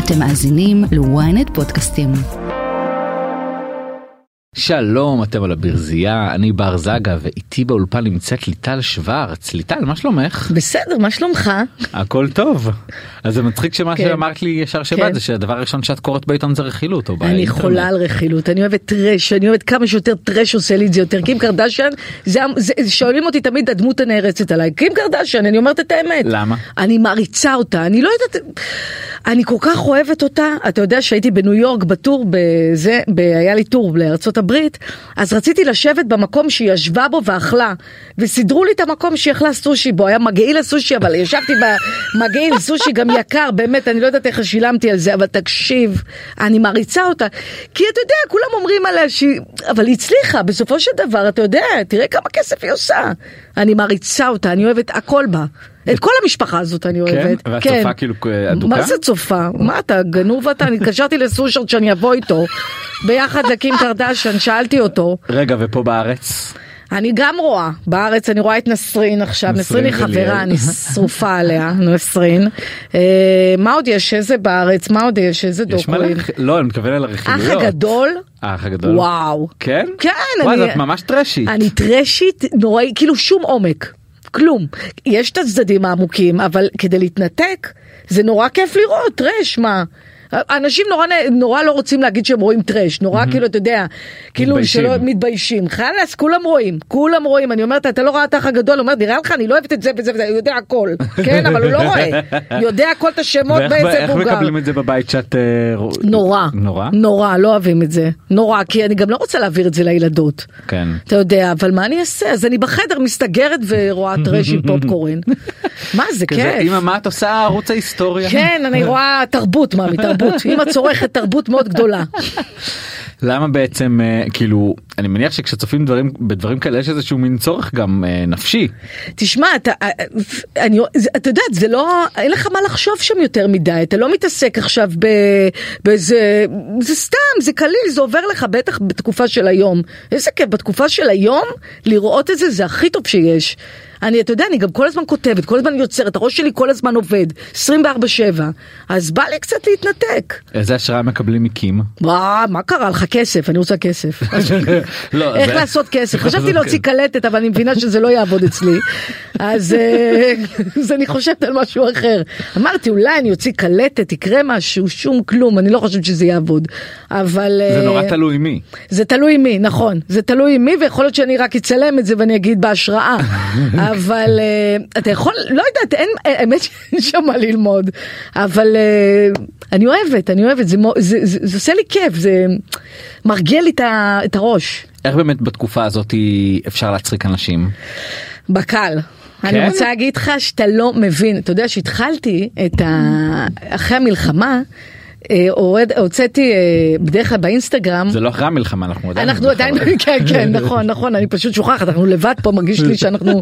אתם מאזינים ל-ynet פודקאסטים. שלום, אתם על הברזייה, אני בר זגה, ואיתי באולפן נמצאת ליטל שוורץ. ליטל, מה שלומך? בסדר, מה שלומך? הכל טוב. אז זה מצחיק שמה שאמרת לי ישר שבאת, זה שהדבר הראשון שאת קוראת בעיתון זה רכילות. אני חולה על רכילות, אני אוהבת טרש, אני אוהבת כמה שיותר טרש עושה לי את זה יותר. קים קרדשן, שואלים אותי תמיד הדמות הנערצת עליי, קים קרדשן, אני אומרת את האמת. למה? אני מעריצה אותה, אני לא יודעת, אני כל כך אוהבת אותה. אתה יודע שהייתי בניו יורק בטור, היה לי טור לארצות הברית, אז רציתי לשבת במקום שהיא ישבה בו ואכלה, וסידרו לי את המקום שהיא אכלה סושי בו, היה מגעיל לסושי, אבל ישבתי במגעיל סושי גם יקר, באמת, אני לא יודעת איך שילמתי על זה, אבל תקשיב, אני מעריצה אותה, כי אתה יודע, כולם אומרים עליה אבל היא הצליחה, בסופו של דבר, אתה יודע, תראה כמה כסף היא עושה, אני מעריצה אותה, אני אוהבת הכל בה. את כל המשפחה הזאת אני אוהבת. כן? ואת צופה כאילו אדוקה? מה זה צופה? מה אתה, גנוב אתה? אני התקשרתי לסושרד שאני אבוא איתו, ביחד לקים קרדשן, שאלתי אותו. רגע, ופה בארץ? אני גם רואה, בארץ אני רואה את נסרין עכשיו, נסרין היא חברה, אני שרופה עליה, נסרין. מה עוד יש? איזה בארץ? מה עוד יש? איזה דוקורים? לא, אני מתכוון על הרכילויות. אח הגדול? אח הגדול. וואו. כן? כן. וואי, זאת ממש טרשית. אני טרשית, נוראי, כאילו שום עומק. כלום. יש את הצדדים העמוקים, אבל כדי להתנתק, זה נורא כיף לראות, טרש, מה? אנשים נורא לא רוצים להגיד שהם רואים טרש, נורא כאילו, אתה יודע, כאילו שלא מתביישים. חלס, כולם רואים. אני אומרת, אתה לא רואה את האח הגדול, אומר, נראה לך, אני לא אוהבת את זה וזה וזה, הוא יודע הכל. כן, אבל הוא לא רואה. יודע הכל את השמות באיזה בוגר. איך מקבלים את זה בבית שאת... נורא, לא אוהבים את זה. נורא, כי אני גם לא רוצה להעביר את זה לילדות. כן. אתה יודע, אבל מה אני אעשה? אז אני בחדר מסתגרת ורואה טרש עם פופקורן. מה זה כיף? אמא, מה את עושה ערוץ ההיסטוריה? כן, אני רואה תרבות, מאמי, תרבות. אמא צורכת תרבות מאוד גדולה. למה בעצם, כאילו, אני מניח שכשצופים בדברים כאלה יש איזשהו מין צורך גם נפשי. תשמע, אתה יודע, זה לא, אין לך מה לחשוב שם יותר מדי, אתה לא מתעסק עכשיו באיזה, זה סתם, זה קליל, זה עובר לך בטח בתקופה של היום. איזה כיף, בתקופה של היום, לראות את זה, זה הכי טוב שיש. אתה יודע, אני גם כל הזמן כותבת, כל הזמן יוצרת, הראש שלי כל הזמן עובד, 24/7, אז בא לי קצת להתנתק. איזה השראה מקבלים מקים? מה קרה לך? כסף, אני רוצה כסף. איך לעשות כסף? חשבתי להוציא קלטת, אבל אני מבינה שזה לא יעבוד אצלי, אז אני חושבת על משהו אחר. אמרתי, אולי אני אוציא קלטת, יקרה משהו, שום כלום, אני לא חושבת שזה יעבוד, אבל... זה נורא תלוי מי. זה תלוי מי, נכון, זה תלוי מי, ויכול להיות שאני רק אצלם את זה ואני אגיד בהשראה. אבל אתה יכול, לא יודעת, האמת שאין שם מה ללמוד, אבל אני אוהבת, זה עושה לי כיף, זה מרגיע לי את הראש. איך באמת בתקופה הזאת אפשר להצחיק אנשים? בקל. אני רוצה להגיד לך שאתה לא מבין, אתה יודע שהתחלתי אחרי המלחמה, הוצאתי בדרך כלל באינסטגרם. זה לא אחרי המלחמה, אנחנו עדיין, כן, נכון, אני פשוט שוכחת, אנחנו לבד פה, מרגיש לי שאנחנו,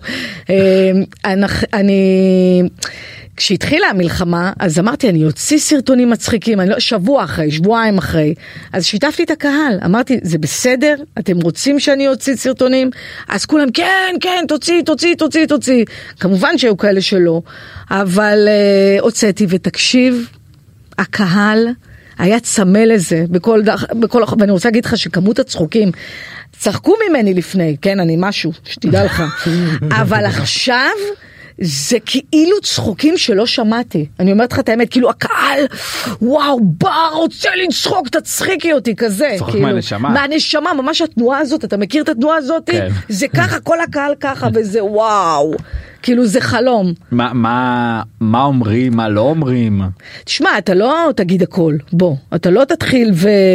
כשהתחילה המלחמה, אז אמרתי, אני יוציא סרטונים מצחיקים, שבועיים אחרי, אז שיתפתי את הקהל, אמרתי, זה בסדר? אתם רוצים שאני יוציא סרטונים? אז כולם, כן, תוציא. כמובן שהיו כאלה שלא, אבל הוצאתי ותקשיב, הקהל היה צמא לזה, ואני רוצה להגיד לך שכמות הצחוקים, צחקו ממני לפני, כן, אני משהו, שתדע לך, אבל עכשיו, זה כאילו צחוקים שלא שמעתי. אני אומרת לך את האמת, כאילו הקהל, וואו, רוצה לצחוק, תצחיקי אותי, כזה. צחוק כאילו, מהנשמה, ממש התנועה הזאת, אתה מכיר את התנועה הזאת? כן. זה ככה, כל הקהל ככה, וזה וואו. כאילו זה חלום. מה אומרים, מה לא אומרים? תשמע, אתה לא תגיד הכל, בוא, אתה לא תתחיל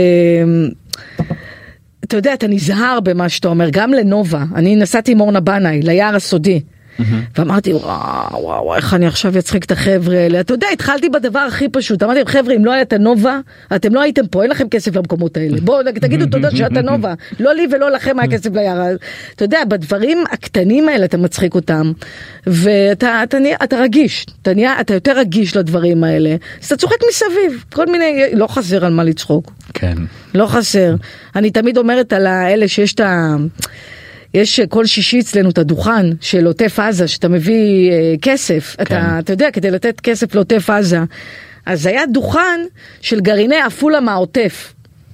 אתה יודע, אתה נזהר במה שאתה אומר, גם לנובה, אני נסעתי עם אורנה בנאי, ליער הסודי, ואמרתי, וואו, איך אני עכשיו יצחיק את החבר'ה האלה, אתה יודע, התחלתי בדבר הכי פשוט, אמרתי, חבר'ה, אם לא היה את הנובה, אתם לא הייתם פה, אין לכם כסף למקומות האלה, בואו תגידו תודה שאתה נובה, לא לי ולא לכם היה כסף ליער, אתה יודע, בדברים הקטנים האלה אתה מצחיק אותם, ואתה רגיש, אתה יותר רגיש לדברים האלה, אז אתה צוחק מסביב, כל מיני, לא חסר על מה לצחוק. כן. לא חסר. אני תמיד אומרת על האלה שיש יש כל שישי אצלנו את הדוכן של עוטף עזה, שאתה מביא כסף, אתה יודע, כדי לתת כסף לעוטף עזה, אז היה דוכן של גרעיני עפולה מהעוטף.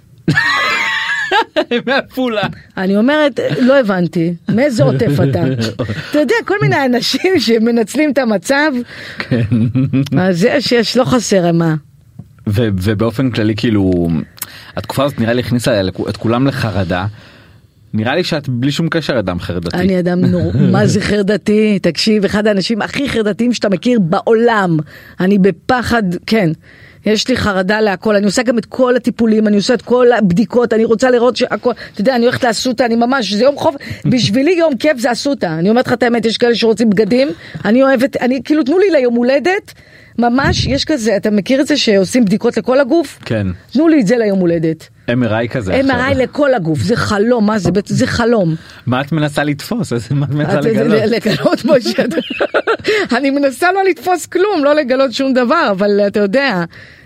מעפולה. אני אומרת, לא הבנתי, מאיזה עוטף אתה? אתה יודע, כל מיני אנשים שמנצלים את המצב, אז יש, לא חסר מה. ובאופן כללי, כאילו, התקופה הזאת נראה לי הכניסה את כולם לחרדה. נראה לי שאת בלי שום קשר אדם חרדתי. אני אדם מה זה חרדתי? תקשיב, אחד האנשים הכי חרדתיים שאתה מכיר בעולם. אני בפחד, כן. יש לי חרדה להכל, אני עושה גם את כל הטיפולים, אני עושה את כל הבדיקות, אני רוצה לראות שהכל, אתה יודע, אני הולכת לאסותא, אני ממש, זה יום חוב, בשבילי יום כיף זה אסותא, אני אומרת לך את האמת, יש כאלה שרוצים בגדים, אני אוהבת, כאילו תנו לי ליום הולדת, ממש, יש כזה, אתה מכיר את זה שעושים בדיקות לכל הגוף? כן. תנו לי את זה ליום הולדת. MRI כזה. MRI לכל הגוף, זה חלום, מה זה? זה חלום. מה את מנסה לתפוס? מה את מנסה לגלות? לגלות משה. אני מנסה לא לתפוס כלום, לא לגלות שום דבר, אבל אתה יודע,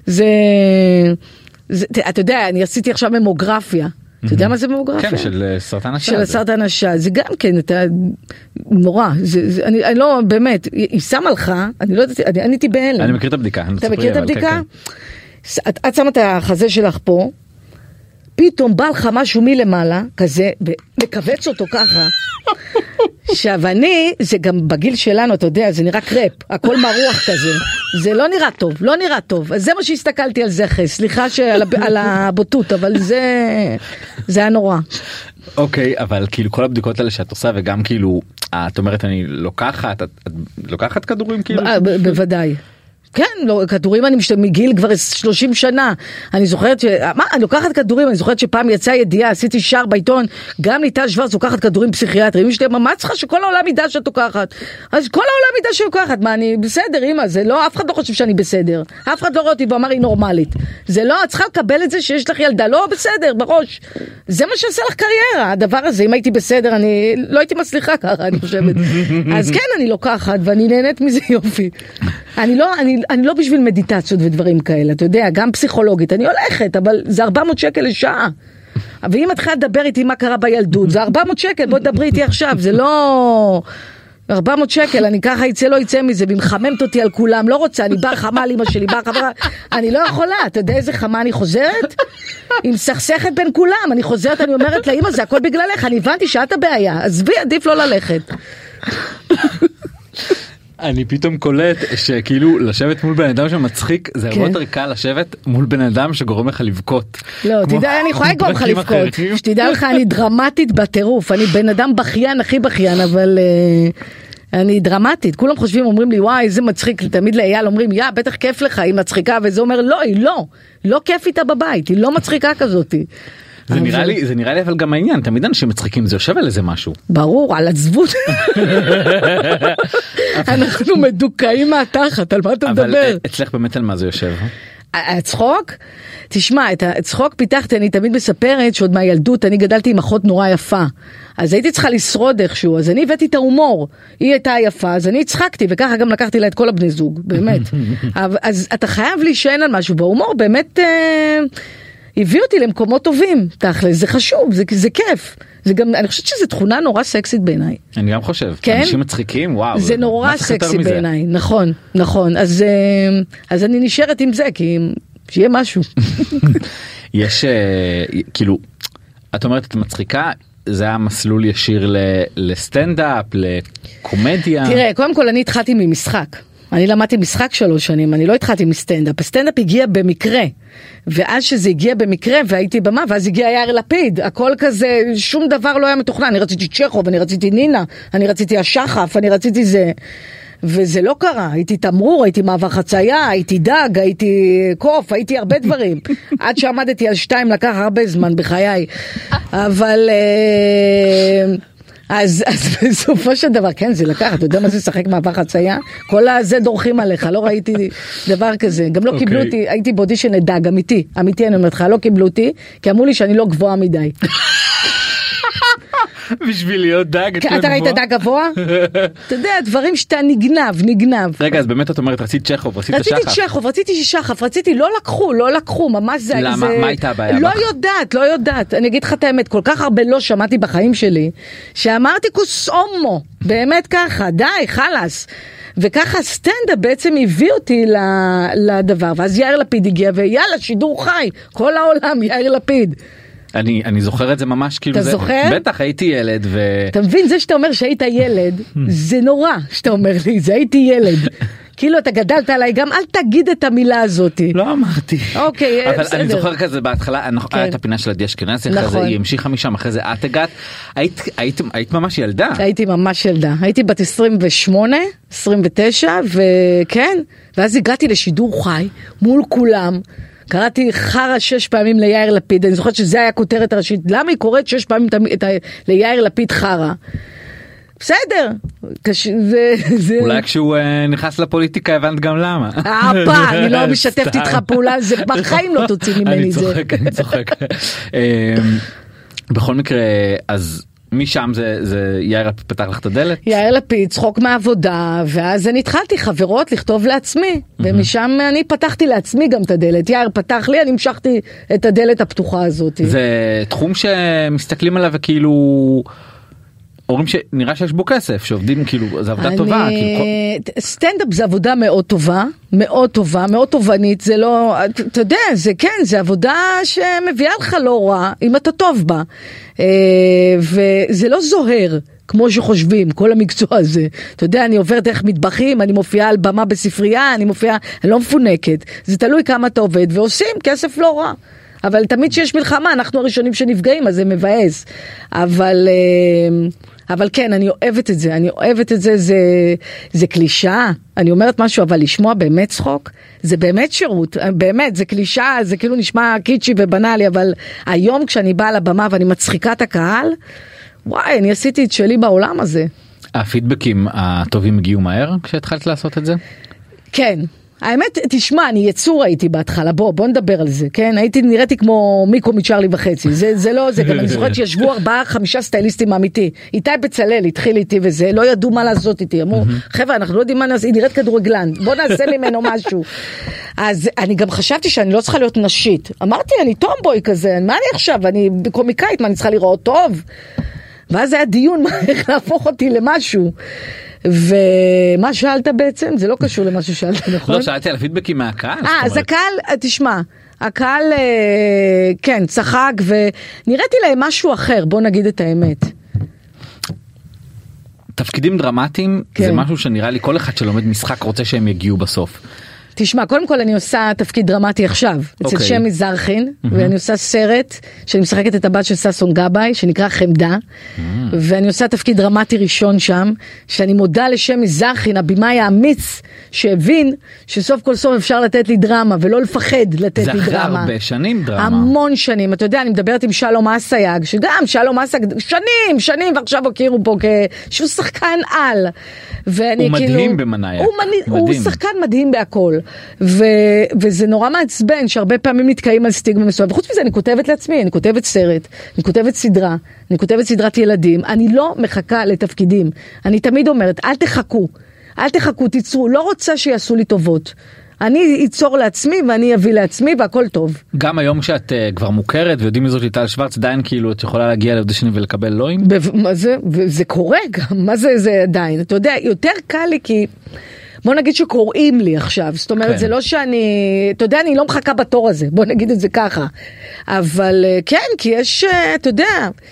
אתה יודע, אני עשיתי עכשיו ממוגרפיה. אתה יודע מה זה ממוגרפיה? כן, של סרטן השד. של סרטן השד, זה גם כן, אתה נורא, אני לא, באמת, היא שמה לך, אני לא יודעת, אני הייתי בהלם. אני מכיר את הבדיקה. אתה מכיר את הבדיקה? את שמה את החזה שלך פה, פתאום בא לך משהו מלמעלה, כזה, ומקבץ אותו ככה. עכשיו אני, זה גם בגיל שלנו, אתה יודע, זה נראה קרפ, הכל מרוח כזה. זה לא נראה טוב, לא נראה טוב. אז זה מה שהסתכלתי על זה אחרי, סליחה על הבוטות, אבל זה היה נורא. אוקיי, אבל כאילו כל הבדיקות האלה שאת עושה, וגם כאילו, את אומרת, אני לוקחת כדורים כאילו? בוודאי. כן, לא, כדורים אני מגיל כבר 30 שנה. אני זוכרת אני לוקחת כדורים, אני זוכרת שפעם יצאה ידיעה, עשיתי שער בעיתון, גם ליטל שוורץ לוקחת כדורים פסיכיאטריים. יש לי, מה צריכה שכל העולם ידע שאת לוקחת? אז כל העולם ידע שאת לוקחת. מה, אני בסדר, אמא, זה לא, אף אחד לא חושב שאני בסדר. אף אחד לא רואה אותי ואמר, היא נורמלית. זה לא, את צריכה לקבל את זה שיש לך ילדה, לא בסדר, בראש. זה מה שעשה לך קריירה, הדבר הזה. אם הייתי בסדר, אני לא הייתי מצליחה ככה, אני חושבת. אז כן, אני לוקחת, ואני נהנית מזה יופי. אני לא בשביל מדיטציות ודברים כאלה, אתה יודע, גם פסיכולוגית, אני הולכת, אבל זה 400 שקל לשעה. ואם את יכולה לדבר איתי מה קרה בילדות, זה 400 שקל, בוא תדברי איתי עכשיו, זה לא 400 שקל, אני ככה יצא לא יצא מזה, ומחממת אותי על כולם, לא רוצה, אני באה חמה על אמא שלי, באה חברה, אני לא יכולה, אתה יודע איזה חמה אני חוזרת? היא מסכסכת בין כולם, אני חוזרת, אני אומרת לאמא, זה הכל בגללך, אני הבנתי שאת הבעיה, עזבי, עדיף לא ללכת. אני פתאום קולט שכאילו לשבת מול בן אדם שמצחיק זה הרבה יותר קל לשבת מול בן אדם שגורם לך לבכות. לא, תדע, אני יכולה לגרום לך לבכות. שתדע לך, אני דרמטית בטירוף. אני בן אדם בכיין, הכי בכיין, אבל אני דרמטית. כולם חושבים, אומרים לי, וואי, איזה מצחיק. תמיד לאייל אומרים, יא, בטח כיף לך, היא מצחיקה, וזה אומר, לא, היא לא. לא כיף איתה בבית, היא לא מצחיקה כזאת. זה נראה לי אבל גם העניין, תמיד אנשים מצחיקים, זה יושב על איזה משהו. ברור, על עצבות. אנחנו מדוכאים מהתחת, על מה אתה מדבר? אבל אצלך באמת על מה זה יושב? הצחוק? תשמע, את הצחוק פיתחתי, אני תמיד מספרת שעוד מהילדות, אני גדלתי עם אחות נורא יפה. אז הייתי צריכה לשרוד איכשהו, אז אני הבאתי את ההומור. היא הייתה יפה, אז אני הצחקתי, וככה גם לקחתי לה את כל הבני זוג, באמת. אז אתה חייב להישען על משהו, וההומור באמת הביא אותי למקומות טובים, תכל'ס, זה חשוב, זה כיף. זה גם, אני חושבת שזו תכונה נורא סקסית בעיניי. אני גם חושב. כן? אנשים מצחיקים, וואו. זה נורא סקסי בעיניי, נכון, נכון. אז אני נשארת עם זה, כי שיהיה משהו. יש, כאילו, את אומרת, את מצחיקה, זה היה מסלול ישיר לסטנדאפ, לקומדיה. תראה, קודם כל אני התחלתי ממשחק. אני למדתי משחק 3 שנים, אני לא התחלתי מסטנדאפ. הסטנדאפ הגיע במקרה. ואז שזה הגיע במקרה והייתי במה, ואז הגיע יאיר לפיד, הכל כזה, שום דבר לא היה מתוכנן, אני רציתי צ'כוב, אני רציתי נינה, אני רציתי השחף, אני רציתי זה, וזה לא קרה, הייתי תמרור, הייתי מעבר חצייה, הייתי דג, הייתי קוף, הייתי הרבה דברים, עד שעמדתי על 2 לקח הרבה זמן בחיי, אבל אז בסופו של דבר, כן, זה לקח, אתה יודע מה זה לשחק מעבר חצייה? כל הזה דורכים עליך, לא ראיתי דבר כזה, גם לא קיבלו אותי, הייתי באודישן לדג, אמיתי, אני אומרת לך, לא קיבלו אותי, כי אמרו לי שאני לא גבוהה מדי. בשביל להיות דג, אתה ראית דג גבוה? אתה יודע, דברים שאתה נגנב. רגע, אז באמת את אומרת, רצית צ'כוב, רצית שחף. רציתי צ'כוב, רציתי שחף, לא לקחו, ממש זה... למה? מה הייתה הבעיה? לא יודעת. אני אגיד לך את האמת, כל כך הרבה לא שמעתי בחיים שלי, שאמרתי כוס אומו, באמת ככה, די, חלס. וככה סטנדאפ בעצם הביא אותי לדבר, ואז יאיר לפיד הגיע, ויאללה, שידור חי, כל העולם, יאיר לפיד. אני זוכר את זה ממש כאילו. אתה זוכר? בטח, הייתי ילד אתה מבין, זה שאתה אומר שהיית ילד, זה נורא שאתה אומר לי, זה הייתי ילד. כאילו אתה גדלת עליי, גם אל תגיד את המילה הזאת. לא אמרתי. אוקיי, אבל בסדר. אני זוכר כזה בהתחלה, הייתה הפינה של עדי אשכנזי, אחרי זה היא המשיכה משם, אחרי זה את הגעת. היית ממש ילדה. הייתי ממש ילדה. הייתי בת 28, 29, וכן. ואז הגעתי לשידור חי, מול כולם. קראתי חרה 6 פעמים ליאיר לפיד. אני זוכרת שזה היה כותרת הראשית. למה היא קוראת 6 פעמים ליאיר לפיד חרה? בסדר. אולי כשהוא נכנס לפוליטיקה הבנת גם למה. אני לא משתפת איתך פעולה, זה בחיים לא תוציא ממני זה. אני צוחק. בכל מקרה, אז משם זה יאיר לפיד פתח לך את הדלת? יאיר לפיד, צחוק מהעבודה, ואז אני התחלתי חברות לכתוב לעצמי, ומשם אני פתחתי לעצמי גם את הדלת. יאיר פתח לי, אני המשכתי את הדלת הפתוחה הזאת. זה תחום שמסתכלים עליו וכאילו... אומרים שנראה שיש בו כסף, שעובדים כאילו, זו עבודה טובה. סטנדאפ זה עבודה מאוד טובה, מאוד טובה, מאוד טובנית, זה לא, אתה יודע, זה כן, זה עבודה שמביאה לך לא רע, אם אתה טוב בה. וזה לא זוהר, כמו שחושבים, כל המקצוע הזה. אתה יודע, אני עוברת דרך מטבחים, אני מופיעה על במה בספרייה, אני לא מפונקת. זה תלוי כמה אתה עובד, ועושים כסף לא רע. אבל תמיד שיש מלחמה, אנחנו הראשונים שנפגעים, אז זה מבאס. אבל כן, אני אוהבת את זה, זה קלישה, אני אומרת משהו, אבל לשמוע באמת צחוק, זה באמת שירות, באמת, זה קלישה, זה כאילו נשמע קיצ'י ובנאלי, אבל היום כשאני באה לבמה ואני מצחיקה את הקהל, וואי, אני עשיתי את שלי בעולם הזה. הפידבקים הטובים הגיעו מהר כשהתחלת לעשות את זה? כן. האמת, תשמע, אני יצור הייתי בהתחלה, בוא נדבר על זה, כן? נראיתי כמו מיקו מצ'רלי וחצי, זה לא זה, גם אני זוכרת שישבו 4-5 סטייליסטים אמיתי, איתי בצלל התחיל איתי וזה, לא ידעו מה לעשות איתי, אמרו, חבר'ה, אנחנו לא יודעים מה נעשה, היא נראית כדורגלן, בוא נעשה ממנו משהו. אז אני גם חשבתי שאני לא צריכה להיות נשית, אמרתי, אני טומבוי כזה, מה אני עכשיו, אני קומיקאית, מה אני צריכה לראות טוב? ואז היה דיון, איך להפוך אותי למשהו. ומה שאלת בעצם? זה לא קשור למה ששאלת, נכון? לא, שאלתי על הפידבקים מהקהל. אז הקהל, תשמע, הקהל, כן, צחק, ונראיתי להם משהו אחר, בוא נגיד את האמת. תפקידים דרמטיים, זה משהו שנראה לי כל אחד שלומד משחק רוצה שהם יגיעו בסוף. תשמע, קודם כל אני עושה תפקיד דרמטי עכשיו, אצל שמי זרחין, ואני עושה סרט שאני משחקת את הבת של ססון גבאי, שנקרא חמדה, ואני עושה תפקיד דרמטי ראשון שם, שאני מודה לשמי זרחין, הבימאי האמיץ, שהבין שסוף כל סוף אפשר לתת לי דרמה, ולא לפחד לתת לי דרמה. זה אחרי הרבה שנים דרמה. המון שנים, אתה יודע, אני מדברת עם שלום אסייג, שגם שלום אסייג, שנים, ועכשיו הכירו פה שהוא שחקן על. הוא מדהים במניה. הוא שחקן מדהים בהכל. וזה נורא מעצבן שהרבה פעמים נתקעים על סטיגמה מסוים. וחוץ מזה אני כותבת לעצמי, אני כותבת סרט, אני כותבת סדרה, אני כותבת סדרת ילדים. אני לא מחכה לתפקידים. אני תמיד אומרת, אל תחכו, תיצרו. לא רוצה שיעשו לי טובות. אני אצור לעצמי ואני אביא לעצמי והכל טוב. גם היום שאת כבר מוכרת ויודעים מזאת ליטל שוורץ, עדיין כאילו את יכולה להגיע לאודישנים ולקבל לואים? מה זה? וזה קורה גם. מה זה עדיין? אתה יודע, יותר קל לי כי... בוא נגיד שקוראים לי עכשיו, זאת אומרת, זה לא שאני, אתה יודע, אני לא מחכה בתור הזה, בוא נגיד את זה ככה. אבל כן, כי יש, אתה יודע,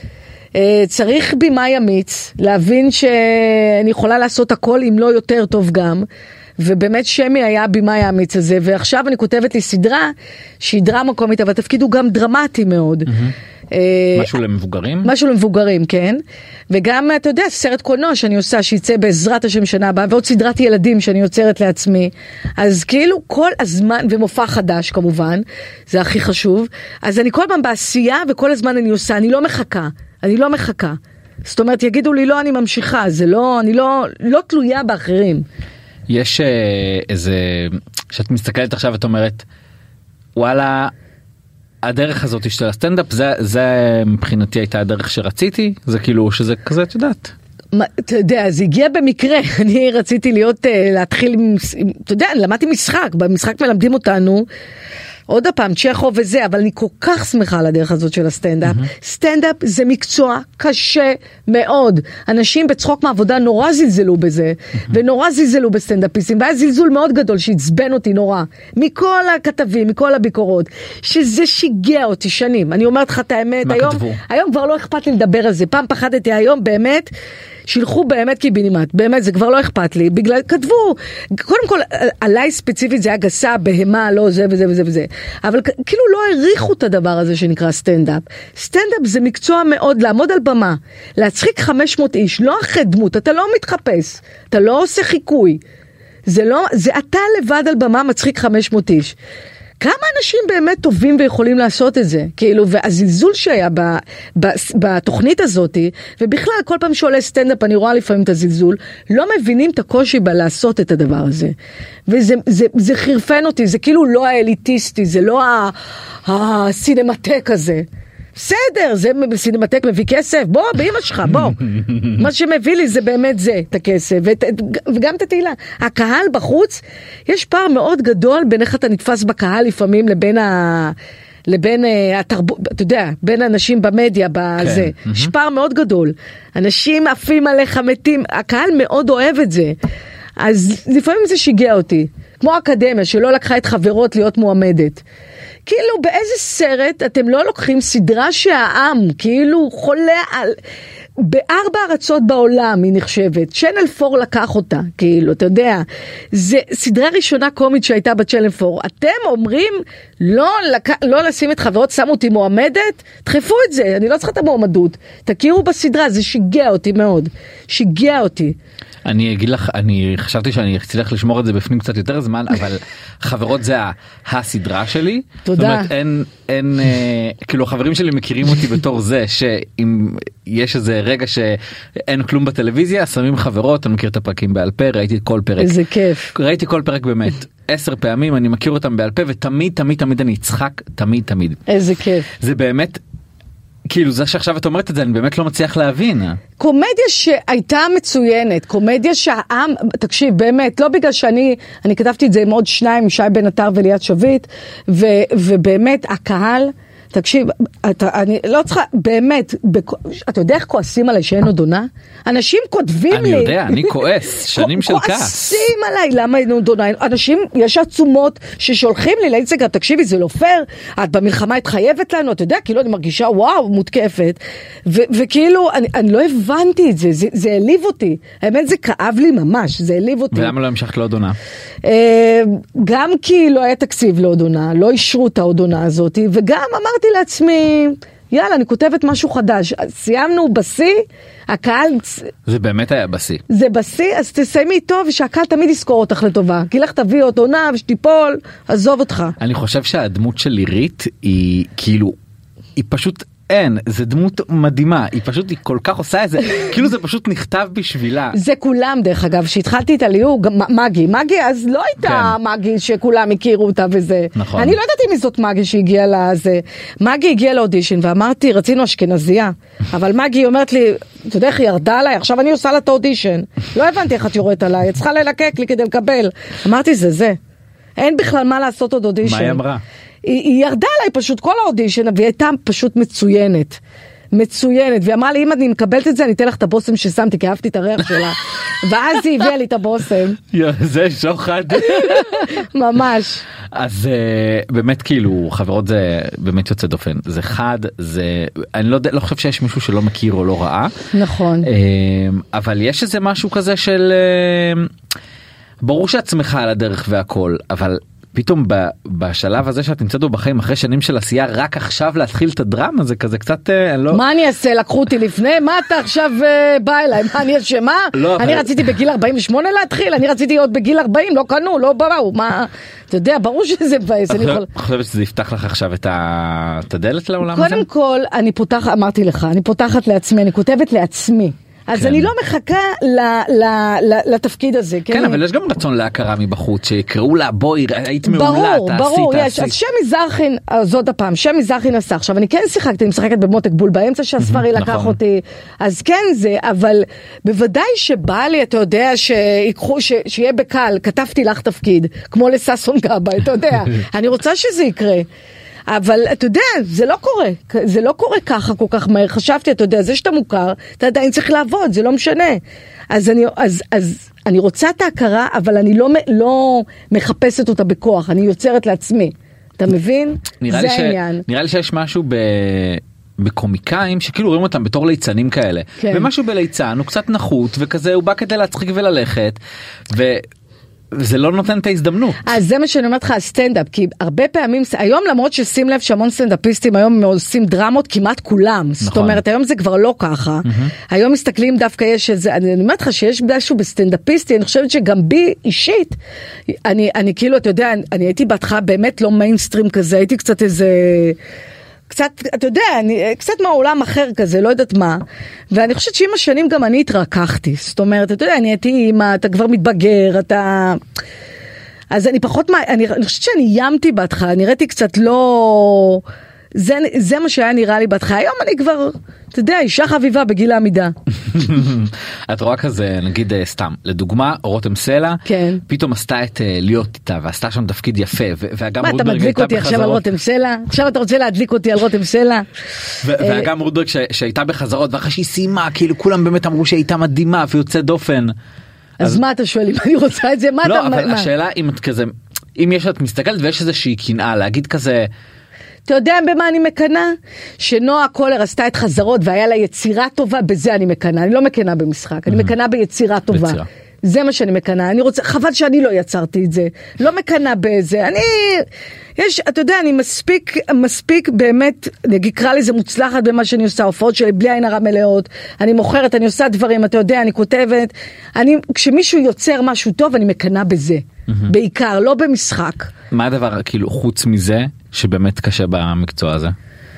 צריך בימאי אמיץ, להבין שאני יכולה לעשות הכל אם לא יותר טוב גם, ובאמת שמי היה הבימאי האמיץ הזה, ועכשיו אני כותבת לי סדרה, שהיא דרמה קומית, אבל התפקיד הוא גם דרמטי מאוד. משהו למבוגרים? משהו למבוגרים, כן. וגם, אתה יודע, סרט קולנוע שאני עושה, שיצא בעזרת השם שנה הבאה, ועוד סדרת ילדים שאני יוצרת לעצמי. אז כאילו כל הזמן, ומופע חדש כמובן, זה הכי חשוב. אז אני כל פעם בעשייה, וכל הזמן אני עושה, אני לא מחכה. זאת אומרת, יגידו לי, לא, אני ממשיכה, זה לא, אני לא תלויה באחרים. יש איזה, שאת מסתכלת עכשיו ואת אומרת, וואלה, הדרך הזאת של הסטנדאפ, זה מבחינתי הייתה הדרך שרציתי, זה כאילו שזה כזה, את יודעת. אתה יודע, זה הגיע במקרה, אני רציתי להתחיל, אתה יודע, למדתי משחק, במשחק מלמדים אותנו, עוד הפעם, צ'כוב וזה, אבל אני כל כך שמחה על הדרך הזאת של הסטנדאפ. סטנדאפ זה מקצוע קשה מאוד. אנשים בצחוק מעבודה נורא זלזלו בזה, ונורא זלזלו בסטנדאפיסטים, והיה זלזול מאוד גדול שהצבן אותי נורא. מכל הכתבים, מכל הביקורות, שזה שיגע אותי שנים. אני אומרת לך את האמת, היום כבר לא אכפת לי לדבר על זה. פעם פחדתי, היום באמת, שילחו באמת קיבינימט, באמת זה כבר לא אכפת לי, בגלל, כתבו, קודם כל עליי ספציפית זה היה גסה, בהמה, לא זה וזה וזה וזה, אבל כאילו לא העריכו את הדבר הזה שנקרא סטנדאפ. סטנדאפ זה מקצוע מאוד, לעמוד על במה, להצחיק 500 איש, לא אחרי דמות, אתה לא מתחפש, אתה לא עושה חיקוי, זה לא, זה אתה לבד על במה מצחיק 500 איש. כמה אנשים באמת טובים ויכולים לעשות את זה, כאילו, והזלזול שהיה בתוכנית הזאת, ובכלל כל פעם שעולה סטנדאפ אני רואה לפעמים את הזלזול, לא מבינים את הקושי בלעשות את הדבר הזה, וזה חרפן אותי, זה כאילו לא האליטיסטי, זה לא הסינמטק הזה. בסדר, זה סינמטק מביא כסף, בוא, באמא שלך, בוא. מה שמביא לי זה באמת זה, את הכסף, וגם את התהילה. הקהל בחוץ, יש פער מאוד גדול בין איך אתה נתפס בקהל לפעמים לבין התרבות, אתה יודע, בין אנשים במדיה, בזה. יש פער מאוד גדול. אנשים עפים עליך מתים, הקהל מאוד אוהב את זה. אז לפעמים זה שיגע אותי. כמו אקדמיה, שלא לקחה את חברות להיות מועמדת. כאילו באיזה סרט אתם לא לוקחים סדרה שהעם כאילו חולה על... בארבע ארצות בעולם היא נחשבת, צ'אנל 4 לקח אותה, כאילו, אתה יודע, זה סדרה ראשונה קומית שהייתה בצ'אנל 4, אתם אומרים לא לשים את חברות, שמו אותי מועמדת, דחפו את זה, אני לא צריכה את המועמדות, תכירו בסדרה, זה שיגע אותי מאוד, שיגע אותי. אני אגיד לך, אני חשבתי שאני אצליח לשמור את זה בפנים קצת יותר זמן, אבל חברות זה הסדרה שלי. תודה. זאת אומרת, אין, כאילו החברים שלי מכירים אותי בתור זה, שאם יש איזה רגע שאין כלום בטלוויזיה, שמים חברות, אני מכיר את הפרקים בעל פה, ראיתי כל פרק. איזה כיף. ראיתי כל פרק באמת 10 פעמים, אני מכיר אותם בעל פה, ותמיד, תמיד, תמיד אני אצחק, תמיד. איזה כיף. זה באמת... כאילו זה שעכשיו את אומרת את זה, אני באמת לא מצליח להבין. קומדיה שהייתה מצוינת, קומדיה שהעם, תקשיב, באמת, לא בגלל שאני כתבתי את זה עם עוד שניים, שי בן עטר וליאת שביט, ובאמת הקהל, תקשיב, אני לא צריכה, באמת, אתה יודע איך כועסים עליי שאין עוד עונה? אנשים כותבים לי... אני יודע, אני כועס, שנים של כעס. כועסים עליי, למה אין עוד עונה? אנשים, יש עצומות ששולחים לי לאינסטגרם, תקשיבי, זה לא פייר, את במלחמה התחייבת לנו, אתה יודע, כאילו אני מרגישה, וואו, מותקפת, וכאילו, אני לא הבנתי את זה, זה העליב אותי, האמת זה כאב לי ממש, זה העליב אותי. ולמה לא המשכת לעוד עונה? גם כי לא היה תקציב לעוד עונה, לא אישרו את העוד עונה הזאת, וגם אמרתי לעצמי, יאללה, אני כותבת משהו חדש. סיימנו בסי, הקהל... זה באמת היה בסי. זה בסי, אז תסיימי טוב, שהקהל תמיד יזכור אותך לטובה. כי לך תביא עוד עונה ושתיפול, עזוב אותך. אני חושב שהדמות של לירית היא כאילו, היא פשוט... אין, זה דמות מדהימה, היא פשוט, היא כל כך עושה את זה, כאילו זה פשוט נכתב בשבילה. זה כולם דרך אגב, שהתחלתי את הליהוק, מגי, אז לא הייתה מגי שכולם הכירו אותה וזה. נכון. אני לא ידעתי מי זאת מגי שהגיעה לזה. מגי הגיעה לאודישן ואמרתי, רצינו אשכנזייה, אבל מגי אומרת לי, אתה יודע איך היא ירדה עליי, עכשיו אני עושה לה את האודישן. לא הבנתי איך את יורדת עליי, את צריכה ללקק לי כדי לקבל. אמרתי, זה. אין בכלל מה לעשות עוד אודישן. מה היא אמרה? היא ירדה עליי פשוט כל האודישן, והיא הייתה פשוט מצוינת, והיא אמרה לי, אם אני מקבלת את זה, אני אתן לך את הבוסם ששמתי, כי אהבתי את הריח שלה, ואז היא הביאה לי את הבוסם. זה שוחד. ממש. אז באמת כאילו, חברות זה באמת יוצא דופן, זה חד, אני לא חושב שיש מישהו שלא מכיר או לא ראה. נכון. אבל יש איזה משהו כזה של, ברור שעצמך על הדרך והכל, אבל... פתאום בשלב הזה שאת נמצאת בו בחיים אחרי שנים של עשייה, רק עכשיו להתחיל את הדרמה, זה כזה קצת לא... מה אני אעשה? לקחו אותי לפני? מה אתה עכשיו בא אליי? מה אני אשמה? אני רציתי בגיל 48 להתחיל, אני רציתי עוד בגיל 40, לא קנו, לא באו, מה... אתה יודע, ברור שזה מבאס. אני חושבת שזה יפתח לך עכשיו את הדלת לעולם הזה? קודם כל, אני פותחת, אמרתי לך, אני פותחת לעצמי, אני כותבת לעצמי. אז אני לא מחכה לתפקיד הזה. כן, אבל יש גם רצון להכרה מבחוץ, שיקראו לה, בואי, היית מעולה, ברור, יש. אז שם מזרחין, אז עוד הפעם, שם מזרחין עשה. עכשיו, אני כן שיחקתי, אני משחקת במותק בול באמצע שהספרי לקח אותי, אז כן זה, אבל בוודאי שבא לי, אתה יודע, שיהיה בקל, כתבתי לך תפקיד, כמו לססון גבה, אתה יודע, אני רוצה שזה יקרה. אבל אתה יודע, זה לא קורה ככה כל כך מהר. חשבתי, אתה יודע, זה שאתה מוכר, אתה עדיין צריך לעבוד, זה לא משנה. אז אני רוצה את ההכרה, אבל אני לא מחפשת אותה בכוח, אני יוצרת לעצמי. אתה מבין? זה העניין. נראה לי שיש משהו בקומיקאים שכאילו רואים אותם בתור ליצנים כאלה. כן. ומשהו בליצן הוא קצת נחות וכזה, הוא בא כדי להצחיק וללכת, וזה לא נותן את ההזדמנות. אז זה מה שאני אומרת לך, הסטנדאפ, כי הרבה פעמים, היום למרות ששים לב שהמון סטנדאפיסטים היום עושים דרמות כמעט כולם, נכון. זאת אומרת, היום זה כבר לא ככה, היום מסתכלים דווקא יש איזה, אני אומרת לך שיש משהו בסטנדאפיסטי, אני חושבת שגם בי אישית, אני כאילו, אתה יודע, אני הייתי בהתחלה באמת לא מיינסטרים כזה, הייתי קצת איזה... קצת, אתה יודע, קצת מהעולם אחר כזה, לא יודעת מה, ואני חושבת שעם השנים גם אני התרככתי, זאת אומרת, אתה יודע, אני הייתי אימא, אתה כבר מתבגר, אז אני פחות, אני חושבת שאני ימתי בהתחלה, נראיתי קצת לא, זה מה שהיה נראה לי בהתחלה, היום אני כבר, אתה יודע, אישה חביבה בגיל העמידה. את רואה כזה, נגיד סתם, לדוגמה, רותם סלע, כן. פתאום עשתה את להיות איתה, ועשתה שם תפקיד יפה, ואגם מה, אתה מדליק אותי עכשיו על רותם סלע? עכשיו אתה רוצה להדליק אותי על רותם סלע? ואגם רוטברג שהייתה בחזרות, ואחרי שהיא סיימה, כאילו כולם באמת אמרו שהייתה מדהימה, ויוצאת דופן. אז מה אתה שואל, אם אני רוצה את זה? לא, אבל השאלה אם את כזה, אם יש את מסתכלת ויש איזושהי קנאה, להגיד כזה, אתה יודע במה אני מקנה? שנועה קולר עשתה את חזרות והיה לה יצירה טובה, בזה אני מקנה. אני לא מקנה במשחק, אני מקנה ביצירה טובה. זה מה שאני מקנה. אני רוצה, חבל שאני לא יצרתי את זה. לא מקנה בזה. אתה יודע, אני מספיק באמת, אני אקרא לזה מוצלחת במה שאני עושה, הופעות שלי בלי עין הרע מלאות. אני מוכרת, אני עושה דברים, אתה יודע, אני כותבת. כשמישהו יוצר משהו טוב, אני מקנה בזה. בעיקר, לא במשחק. מה הדבר, כאילו, חוץ מזה, שבאמת קשה במקצוע הזה?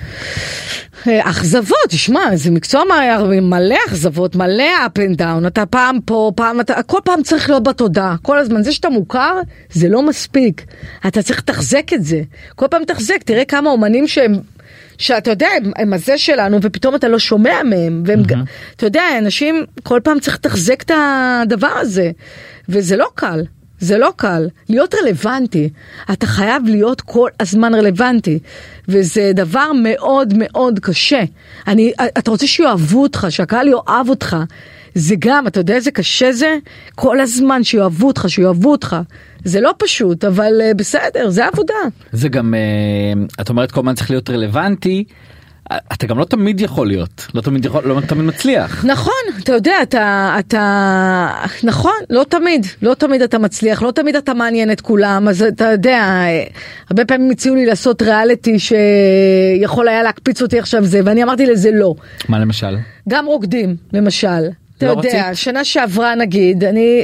אכזבות, תשמע, זה מקצוע מלא אכזבות, מלא up and down, אתה פעם פה, כל פעם צריך להיות בתודעה, כל הזמן, זה שאתה מוכר, זה לא מספיק, אתה צריך לתחזק את זה, כל פעם תחזק, תראה כמה אומנים שאתה יודע, הם הזה שלנו, ופתאום אתה לא שומע מהם, אתה יודע, אנשים כל פעם צריך לתחזק את הדבר הזה, וזה לא קל. זה לא קל, להיות רלוונטי, אתה חייב להיות כל הזמן רלוונטי, וזה דבר מאוד מאוד קשה. אתה רוצה שיואהבו אותך, שהקהל יאהב אותך, זה גם, אתה יודע איזה קשה זה? כל הזמן שיואהבו אותך, זה לא פשוט, אבל בסדר, זה עבודה. זה גם, את אומרת כל הזמן צריך להיות רלוונטי, אתה גם לא תמיד יכול להיות, לא תמיד מצליח. נכון, אתה יודע, נכון, לא תמיד אתה מצליח, לא תמיד אתה מעניין את כולם, אז אתה יודע, הרבה פעמים הציעו לי לעשות ריאליטי שיכול היה להקפיץ אותי עכשיו זה, ואני אמרתי לזה לא. מה למשל? גם רוקדים, למשל. אתה יודע, שנה שעברה נגיד, אני